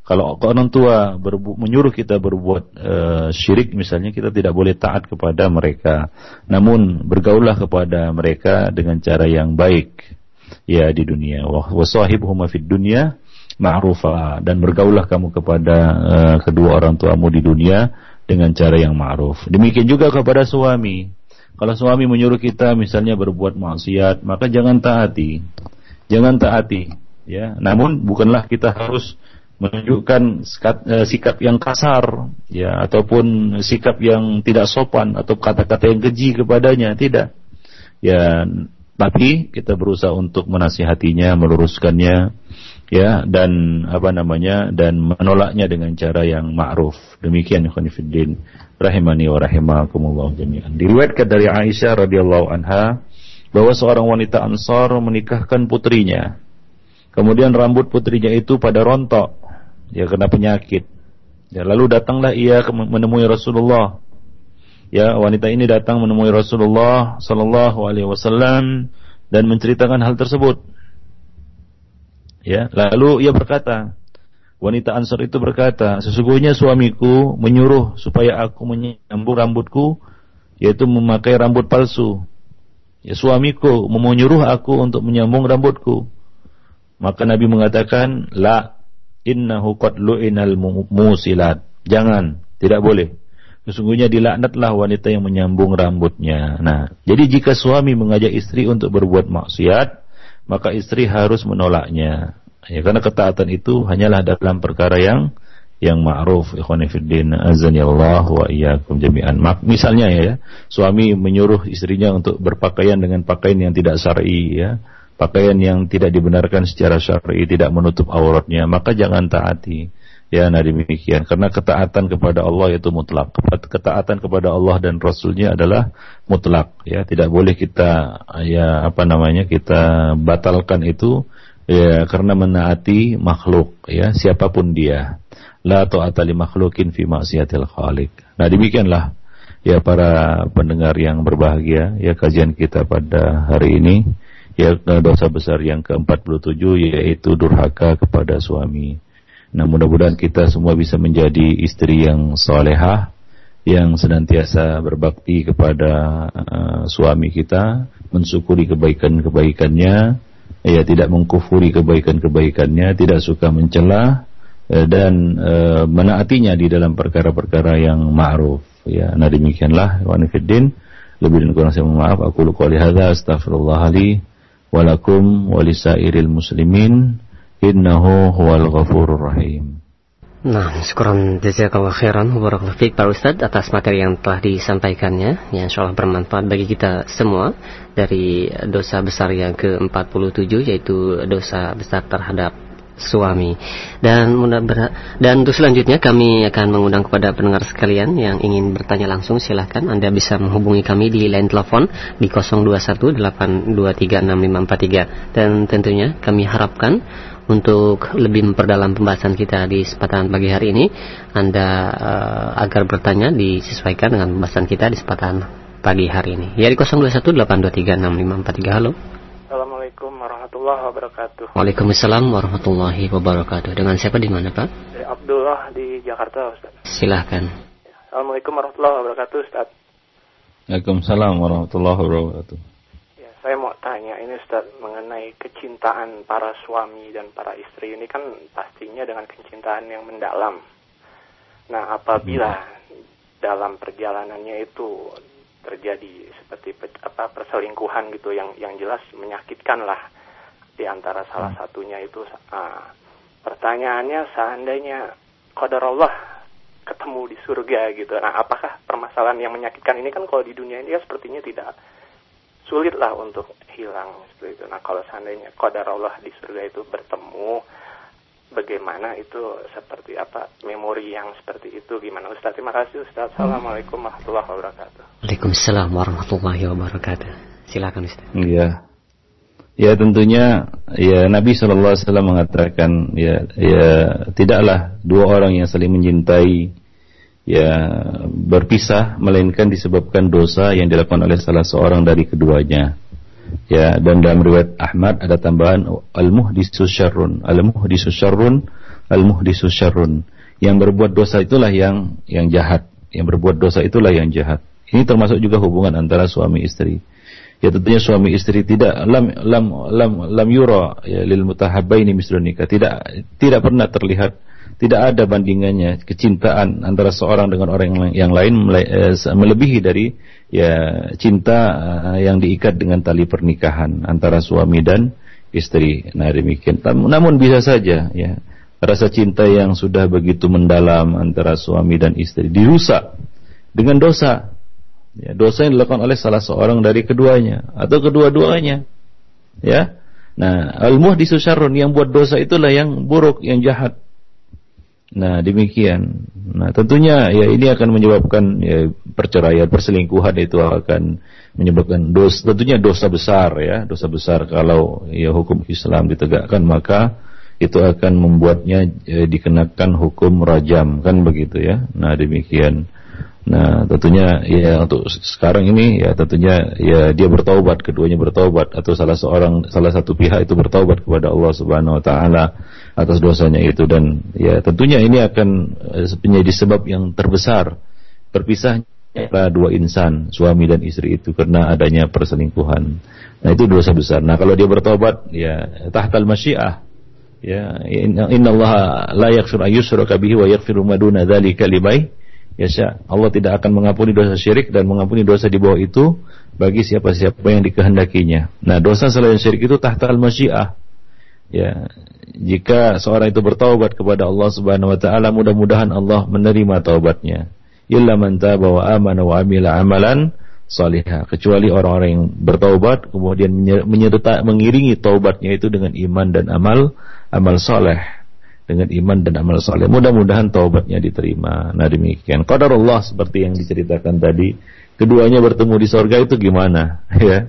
Kalau orang tua menyuruh kita berbuat syirik misalnya, kita tidak boleh taat kepada mereka. Namun bergaullah kepada mereka dengan cara yang baik ya di dunia. Wa sahibhum fid dunya ma'rufa, dan bergaullah kamu kepada kedua orang tuamu di dunia dengan cara yang ma'ruf. Demikian juga kepada suami. Kalau suami menyuruh kita misalnya berbuat maksiat, maka jangan taati. Jangan taati ya. Namun bukanlah kita harus menunjukkan sikap yang kasar ya, ataupun sikap yang tidak sopan atau kata-kata yang keji kepadanya, tidak ya, tapi kita berusaha untuk menasihatinya, meluruskannya ya, dan dan menolaknya dengan cara yang ma'ruf. Demikian ikhwan fillah rahimani wa rahimakumullah jami'an. Diriwayatkan dari Aisyah radhiyallahu anha bahwa seorang wanita Ansar menikahkan putrinya, kemudian rambut putrinya itu pada rontok ya karena penyakit. Ya, lalu datanglah ia menemui Rasulullah. Ya, wanita ini datang menemui Rasulullah sallallahu alaihi wasallam dan menceritakan hal tersebut. Ya, lalu ia berkata, wanita Ansar itu berkata, sesungguhnya suamiku menyuruh supaya aku menyambung rambutku, yaitu memakai rambut palsu. Ya, suamiku menyuruh aku untuk menyambung rambutku. Maka Nabi mengatakan, la innahu qad lu'inal musilat. Jangan, tidak boleh. Sesungguhnya dilaknatlah wanita yang menyambung rambutnya. Nah, jadi jika suami mengajak istri untuk berbuat maksiat, maka istri harus menolaknya. Ya, karena ketaatan itu hanyalah dalam perkara yang ma'ruf. Ikhwani fiddin, azanillahu wa iyyakum jami'an. Misalnya ya, suami menyuruh istrinya untuk berpakaian dengan pakaian yang tidak syar'i ya, pakaian yang tidak dibenarkan secara syar'i, tidak menutup auratnya, maka jangan taati. Ya, nah demikian. Karena ketaatan kepada Allah itu mutlak. Ketaatan kepada Allah dan Rasulnya adalah mutlak. Ya, tidak boleh kita kita batalkan itu ya karena menaati makhluk. Ya, siapapun dia. La ta'ata li makhlukin fi ma'siyatil khaliq. Nah demikianlah ya para pendengar yang berbahagia, ya kajian kita pada hari ini. Ya, dosa besar yang ke-47 yaitu durhaka kepada suami. Nah, mudah-mudahan kita semua bisa menjadi istri yang salehah, yang senantiasa berbakti kepada suami kita, mensyukuri kebaikan-kebaikannya, ya tidak mengkufuri kebaikan-kebaikannya, tidak suka mencela dan menaatinya di dalam perkara-perkara yang ma'ruf. Ya, nah demikianlah ikhwan fillah. Lebih dan kurang saya mohon maaf. Aku qouli hadza astaghfirullah li wa lakum wa lisairil muslimin. Innahu huwal ghafurur rahim. Nah, syukran jazakallahu khairan wa barakallahu fiik Pak Ustadz atas materi yang telah disampaikannya, yang insyaallah bermanfaat bagi kita semua, dari dosa besar yang ke-47 yaitu dosa besar terhadap suami. Dan untuk selanjutnya kami akan mengundang kepada pendengar sekalian yang ingin bertanya langsung, silahkan Anda bisa menghubungi kami di line telepon di 0218236543. Dan tentunya kami harapkan untuk lebih memperdalam pembahasan kita di kesempatan pagi hari ini, Anda agar bertanya disesuaikan dengan pembahasan kita di kesempatan pagi hari ini. Ya, di 0218236543. Halo. Assalamualaikum warahmatullahi wabarakatuh. Waalaikumsalam warahmatullahi wabarakatuh. Dengan siapa, di mana Pak? Abdullah di Jakarta, Ustaz. Silahkan. Assalamualaikum warahmatullahi wabarakatuh, Ustaz. Waalaikumsalam warahmatullahi wabarakatuh. Saya mau tanya ini, Ustaz, mengenai kecintaan para suami dan para istri ini kan pastinya dengan kecintaan yang mendalam. Nah, apabila dalam perjalanannya itu terjadi seperti perselingkuhan gitu yang jelas menyakitkan lah di antara salah satunya itu, pertanyaannya seandainya qadar Allah ketemu di surga gitu. Nah, apakah permasalahan yang menyakitkan ini kan kalau di dunia ini ya sepertinya tidak sulit lah untuk hilang seperti itu. Nah, kalau seandainya qadar Allah di surga itu bertemu, bagaimana itu, seperti apa memori yang seperti itu, gimana Ustaz? Terima kasih Ustaz. Assalamualaikum warahmatullahi wabarakatuh. Waalaikumsalam warahmatullahi wabarakatuh. Silakan Ustaz. Iya. Ya tentunya ya Nabi SAW mengatakan ya tidaklah dua orang yang saling mencintai ya berpisah melainkan disebabkan dosa yang dilakukan oleh salah seorang dari keduanya. Ya, dan dalam riwayat Ahmad ada tambahan al-muhdisu syarrun. Al-muhdisu syarrun Al-muhdisu syarrun. Yang berbuat dosa itulah yang jahat. Yang berbuat dosa itulah yang jahat. Ini termasuk juga hubungan antara suami istri. Ya tentunya suami istri tidak lam yura ya, lil mutahabbaini mislun nikah. Tidak pernah terlihat, tidak ada bandingannya kecintaan antara seorang dengan orang yang lain melebihi dari ya cinta yang diikat dengan tali pernikahan antara suami dan istri. Nah demikian. Namun bisa saja ya rasa cinta yang sudah begitu mendalam antara suami dan istri dirusak dengan dosa. Ya, dosa yang dilakukan oleh salah seorang dari keduanya atau kedua-duanya. Ya. Nah, al-muhdisu syarrun, yang buat dosa itulah yang buruk, yang jahat. Nah, demikian. Nah, tentunya ya ini akan menyebabkan ya, perceraian, perselingkuhan itu akan menyebabkan dosa, tentunya dosa besar ya, dosa besar kalau ya hukum Islam ditegakkan maka itu akan membuatnya dikenakan hukum rajam, kan begitu ya. Nah, demikian. Nah, tentunya ya untuk sekarang ini ya tentunya ya dia bertaubat, keduanya bertaubat atau salah satu pihak itu bertaubat kepada Allah Subhanahu wa taala atas dosanya itu, dan ya tentunya ini akan menjadi sebab yang terbesar terpisahnya dua insan, suami dan istri itu karena adanya perselingkuhan. Nah, itu dosa besar. Nah, kalau dia bertaubat ya tahtal masyiah. Ya, innallaha la yaghfiru ayyushraka bihi wa yaghfiru ma duna dzalika liman yasha. Allah tidak akan mengampuni dosa syirik dan mengampuni dosa di bawah itu bagi siapa-siapa yang dikehendakinya. Nah, dosa selain syirik itu tahtal masyiah. Ya, jika seorang itu bertaubat kepada Allah Subhanahu wa taala, mudah-mudahan Allah menerima taubatnya. Illa man taba wa amana wa amila amalan salihah. Kecuali orang-orang yang bertaubat kemudian mengiringi taubatnya itu dengan iman dan amal saleh. Dengan iman dan amal saleh, mudah-mudahan taubatnya diterima. Nah, demikian. Qadarullah seperti yang diceritakan tadi, keduanya bertemu di sorga itu gimana?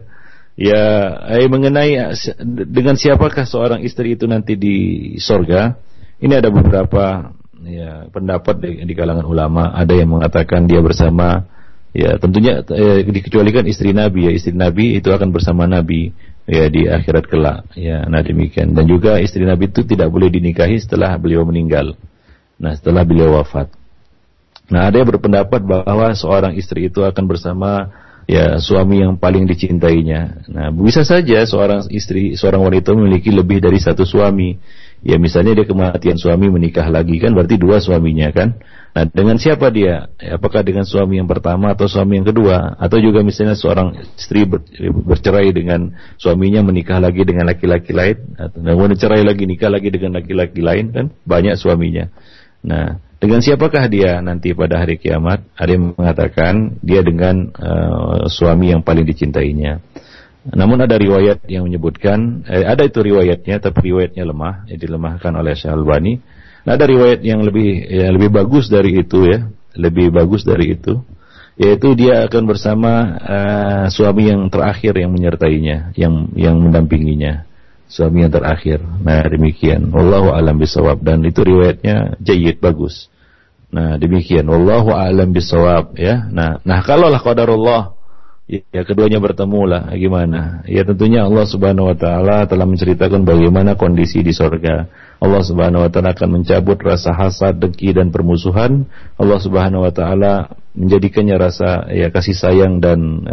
Mengenai dengan siapakah seorang istri itu nanti di sorga, ini ada beberapa ya pendapat di kalangan ulama. Ada yang mengatakan dia bersama, ya tentunya dikecualikan istri Nabi. Ya, istri Nabi itu akan bersama Nabi ya di akhirat kelak. Ya, nah demikian. Dan juga istri Nabi itu tidak boleh dinikahi setelah beliau meninggal. Nah, setelah beliau wafat. Nah, ada yang berpendapat bahwa seorang istri itu akan bersama ya suami yang paling dicintainya. Nah, bisa saja seorang wanita memiliki lebih dari satu suami. Ya, misalnya dia kematian suami menikah lagi, kan berarti dua suaminya kan. Nah, dengan siapa dia? Apakah dengan suami yang pertama atau suami yang kedua? Atau juga misalnya seorang istri bercerai dengan suaminya menikah lagi dengan laki-laki lain, atau kemudian cerai lagi nikah lagi dengan laki-laki lain, kan banyak suaminya. Nah, dengan siapakah dia nanti pada hari kiamat? Ada yang mengatakan dia dengan suami yang paling dicintainya. Namun ada riwayat yang menyebutkan, ada itu riwayatnya, tapi riwayatnya lemah, dilemahkan oleh Syekh Albani. Nah, ada riwayat yang lebih bagus dari itu ya, lebih bagus dari itu, yaitu dia akan bersama suami yang terakhir yang menyertainya, yang mendampinginya, suami yang terakhir. Nah, demikian. Wallahu a'lam bishawab, dan itu riwayatnya jayyid, bagus. Nah, demikian. Wallahu a'lam bishawab ya. Nah kalaulah qadarullah ya keduanya bertemu lah, gimana? Ya tentunya Allah Subhanahu wa taala telah menceritakan bagaimana kondisi di surga. Allah Subhanahu wa taala akan mencabut rasa hasad, dengki dan permusuhan. Allah Subhanahu wa taala menjadikannya rasa ya kasih sayang dan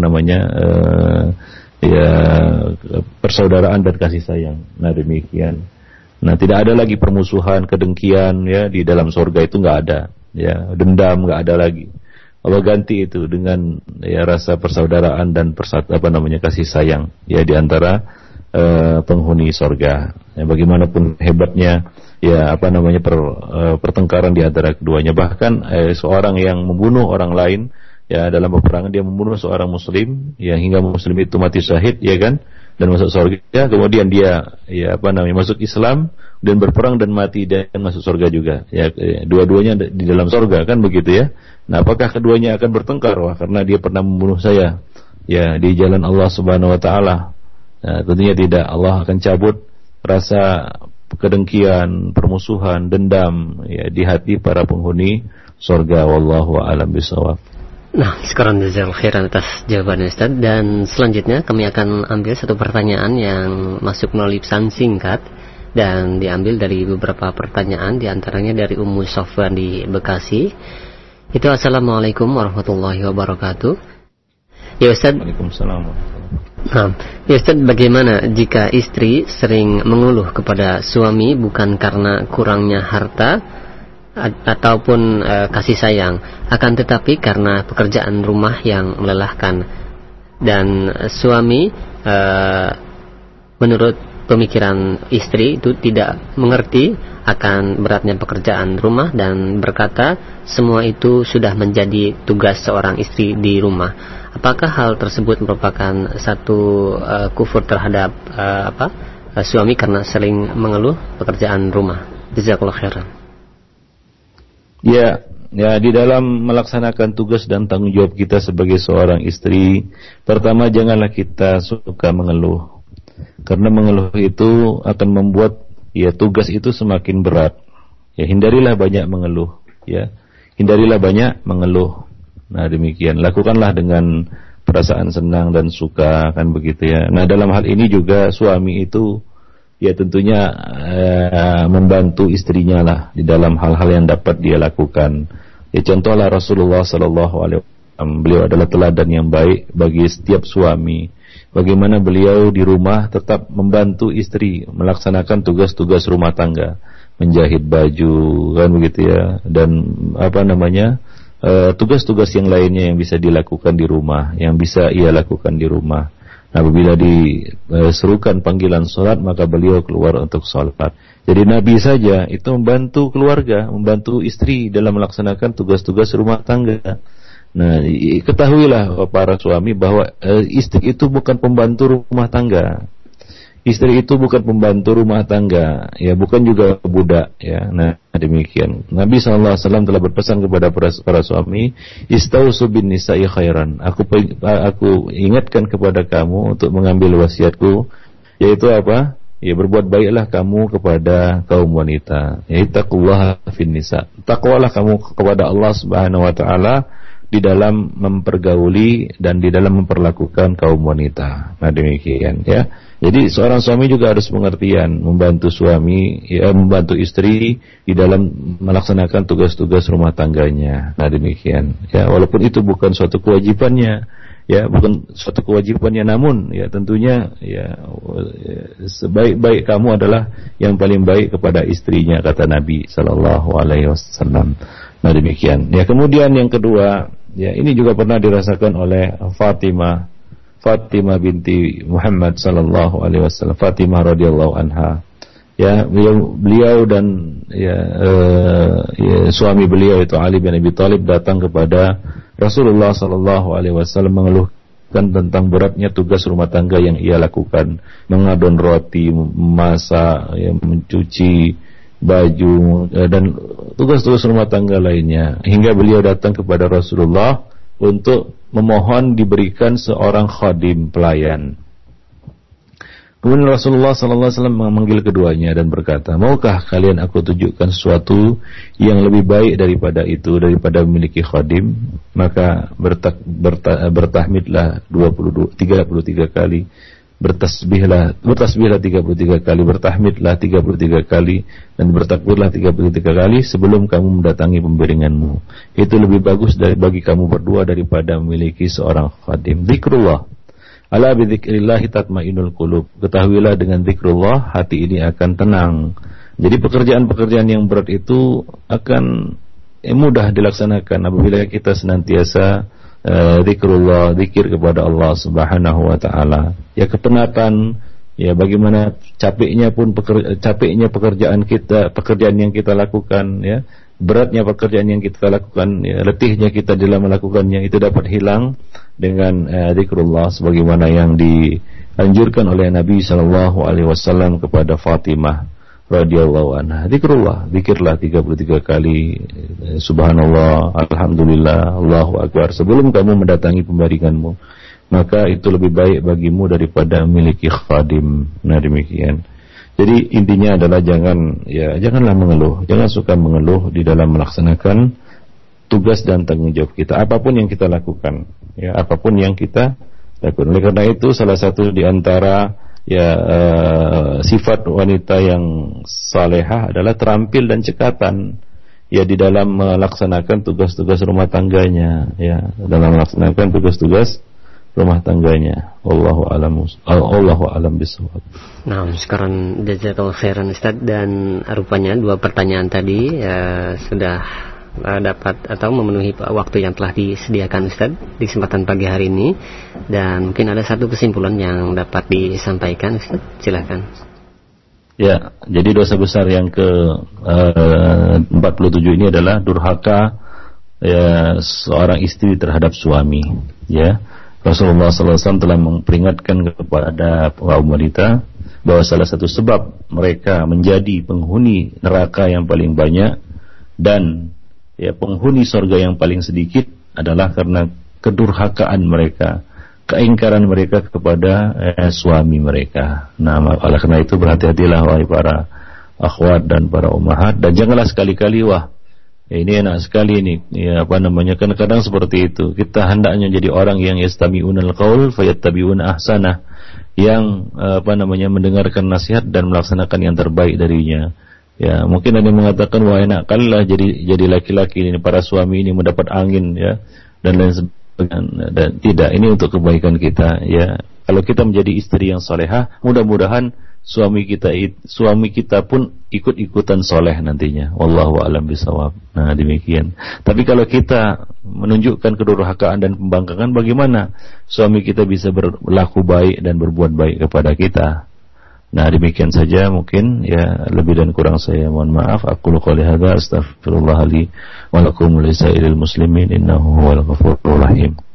persaudaraan dan kasih sayang. Nah, demikian. Nah, tidak ada lagi permusuhan, kedengkian ya di dalam surga, itu enggak ada. Ya, dendam enggak ada lagi. Allah ganti itu dengan ya rasa persaudaraan dan kasih sayang ya di antara penghuni surga. Ya, bagaimanapun hebatnya ya pertengkaran di antara keduanya, bahkan seorang yang membunuh orang lain ya dalam peperangan, dia membunuh seorang muslim ya hingga muslim itu mati syahid ya kan, dan masuk surga, kemudian dia masuk Islam dan berperang dan mati dan masuk surga juga ya, dua-duanya di dalam surga, kan begitu ya. Nah, apakah keduanya akan bertengkar? Wah, karena dia pernah membunuh saya ya di jalan Allah Subhanahu wa taala. Nah, tentunya tidak. Allah akan cabut rasa kedengkian, permusuhan, dendam ya di hati para penghuni surga. Wallahu a'lam bishawab. Nah, sekarang jazakallahu khairan atas jawabannya Ustaz. Dan selanjutnya kami akan ambil satu pertanyaan yang masuk melalui pesan singkat dan diambil dari beberapa pertanyaan, diantaranya dari Ummu Sofwan di Bekasi. Itu assalamualaikum warahmatullahi wabarakatuh. Ya Ustaz. Waalaikumsalam. Nah, ya Ustaz, bagaimana jika istri sering mengeluh kepada suami bukan karena kurangnya harta ataupun kasih sayang, akan tetapi karena pekerjaan rumah yang melelahkan, dan suami menurut pemikiran istri itu tidak mengerti akan beratnya pekerjaan rumah dan berkata semua itu sudah menjadi tugas seorang istri di rumah. Apakah hal tersebut merupakan satu kufur terhadap suami karena sering mengeluh pekerjaan rumah? Jazakallahu khairan. Ya, di dalam melaksanakan tugas dan tanggung jawab kita sebagai seorang istri, pertama janganlah kita suka mengeluh. Karena mengeluh itu akan membuat tugas itu semakin berat. Ya, hindarilah banyak mengeluh, ya. Hindarilah banyak mengeluh. Nah, demikian. Lakukanlah dengan perasaan senang dan suka, kan begitu ya. Nah, dalam hal ini juga suami itu tentunya membantu istrinya lah di dalam hal-hal yang dapat dia lakukan. Ya, contohlah Rasulullah sallallahu alaihi wasallam, beliau adalah teladan yang baik bagi setiap suami. Bagaimana beliau di rumah tetap membantu istri melaksanakan tugas-tugas rumah tangga, menjahit baju, kan begitu ya, dan tugas-tugas yang lainnya yang bisa dilakukan di rumah, yang bisa ia lakukan di rumah. Nah, apabila diserukan panggilan sholat, maka beliau keluar untuk sholat. Jadi Nabi saja itu membantu keluarga, membantu istri dalam melaksanakan tugas-tugas rumah tangga. Nah, ketahuilah para suami bahwa istri itu bukan pembantu rumah tangga. Istri itu bukan pembantu rumah tangga, ya, bukan juga budak, ya. Nah, demikian. Nabi sallallahu alaihi wasallam telah berpesan kepada para suami, "Istausu bin nisa'i khairan." Aku ingatkan kepada kamu untuk mengambil wasiatku, yaitu apa? Ya, berbuat baiklah kamu kepada kaum wanita. Ya, taqullaha fin nisa. Takwalah kamu kepada Allah Subhanahu wa taala di dalam mempergauli dan di dalam memperlakukan kaum wanita. Nah, demikian ya. Jadi seorang suami juga harus pengertian membantu suami, ya, membantu istri di dalam melaksanakan tugas-tugas rumah tangganya. Nah, demikian ya. Walaupun itu bukan suatu kewajibannya, ya, bukan suatu kewajibannya, namun ya tentunya ya sebaik-baik kamu adalah yang paling baik kepada istrinya, kata Nabi sallallahu alaihi wasallam. Nah, demikian. Ya, kemudian yang kedua, ya, ini juga pernah dirasakan oleh Fatimah binti Muhammad sallallahu alaihi wasallam, Fatimah radhiyallahu anha. Ya, beliau dan suami beliau itu Ali bin Abi Thalib datang kepada Rasulullah sallallahu alaihi wasallam mengeluhkan tentang beratnya tugas rumah tangga yang ia lakukan, mengadon roti, memasak, ya, mencuci baju, dan tugas-tugas rumah tangga lainnya, hingga beliau datang kepada Rasulullah untuk memohon diberikan seorang khadim, pelayan. Kemudian Rasulullah sallallahu alaihi wasallam memanggil keduanya dan berkata, "Maukah kalian aku tunjukkan sesuatu yang lebih baik daripada itu, daripada memiliki khadim?" Maka bertahmidlah 33 kali, bertasbihlah 33 kali, bertahmidlah 33 kali, dan bertakbirlah 33 kali sebelum kamu mendatangi pembaringanmu. Itu lebih bagus bagi kamu berdua daripada memiliki seorang khadim. Zikrullah. Ala bi dzikrillah tatmainul qulub. Ketahuilah dengan zikrullah hati ini akan tenang. Jadi pekerjaan-pekerjaan yang berat itu akan mudah dilaksanakan apabila kita senantiasa zikrullah, zikir kepada Allah Subhanahu wa taala. Ya, kepenatan, ya, bagaimana capeknya pekerjaan kita, pekerjaan yang kita lakukan, ya, beratnya pekerjaan yang kita lakukan, ya, letihnya kita dalam melakukannya, itu dapat hilang dengan zikrullah sebagaimana yang dianjurkan oleh Nabi sallallahu alaihi wasallam kepada Fatimah radhiyallahu anha. Zikrullah, zikirlah 33 kali, subhanallah, alhamdulillah, Allahu akbar, sebelum kamu mendatangi pembaringanmu. Maka itu lebih baik bagimu daripada memiliki khadim. Nah, demikian. Jadi intinya adalah janganlah mengeluh, jangan suka mengeluh di dalam melaksanakan tugas dan tanggung jawab kita, apapun yang kita lakukan, ya, apapun yang kita lakukan. Oleh karena itu, salah satu di antara sifat wanita yang salehah adalah terampil dan cekatan ya di dalam melaksanakan tugas-tugas rumah tangganya, ya, dalam melaksanakan tugas-tugas rumah tangganya. Allahu a'lam bishawab. Nah, sekarang jazakallahu khairan Ustaz, dan rupanya 2 pertanyaan tadi sudah dapat atau memenuhi waktu yang telah disediakan Ustaz di kesempatan pagi hari ini, dan mungkin ada satu kesimpulan yang dapat disampaikan Ustaz, silakan. Ya, jadi dosa besar yang ke-47 ini adalah durhaka ya seorang istri terhadap suami. Ya, Rasulullah SAW telah memperingatkan kepada kaum wanita bahwa salah satu sebab mereka menjadi penghuni neraka yang paling banyak dan ya penghuni surga yang paling sedikit adalah karena kedurhakaan mereka, keingkaran mereka kepada suami mereka. Nah, oleh karena itu berhati-hatilah wahai para akhwat dan para ummahat, dan janganlah sekali-kali ini enak sekali ini ya kadang-kadang seperti itu. Kita hendaknya jadi orang yang yastami'unal qaul fayattabi'una ahsanah, yang mendengarkan nasihat dan melaksanakan yang terbaik darinya. Ya, mungkin ada yang mengatakan wah enak kali lah jadi laki-laki ini, para suami ini mendapat angin ya dan lain sebagainya. Dan tidak, ini untuk kebaikan kita ya. Kalau kita menjadi istri yang solehah, mudah-mudahan suami kita pun ikut-ikutan soleh nantinya. Wallahu a'lam bishawab. Nah, demikian. Tapi kalau kita menunjukkan kedurhakaan dan pembangkangan, bagaimana suami kita bisa berlaku baik dan berbuat baik kepada kita? Nah, demikian saja mungkin ya, lebih dan kurang saya mohon maaf. Aqulu qouli hadza astaghfirullah li wa lakum wa lisairil muslimin innahu huwal ghafurur rahim.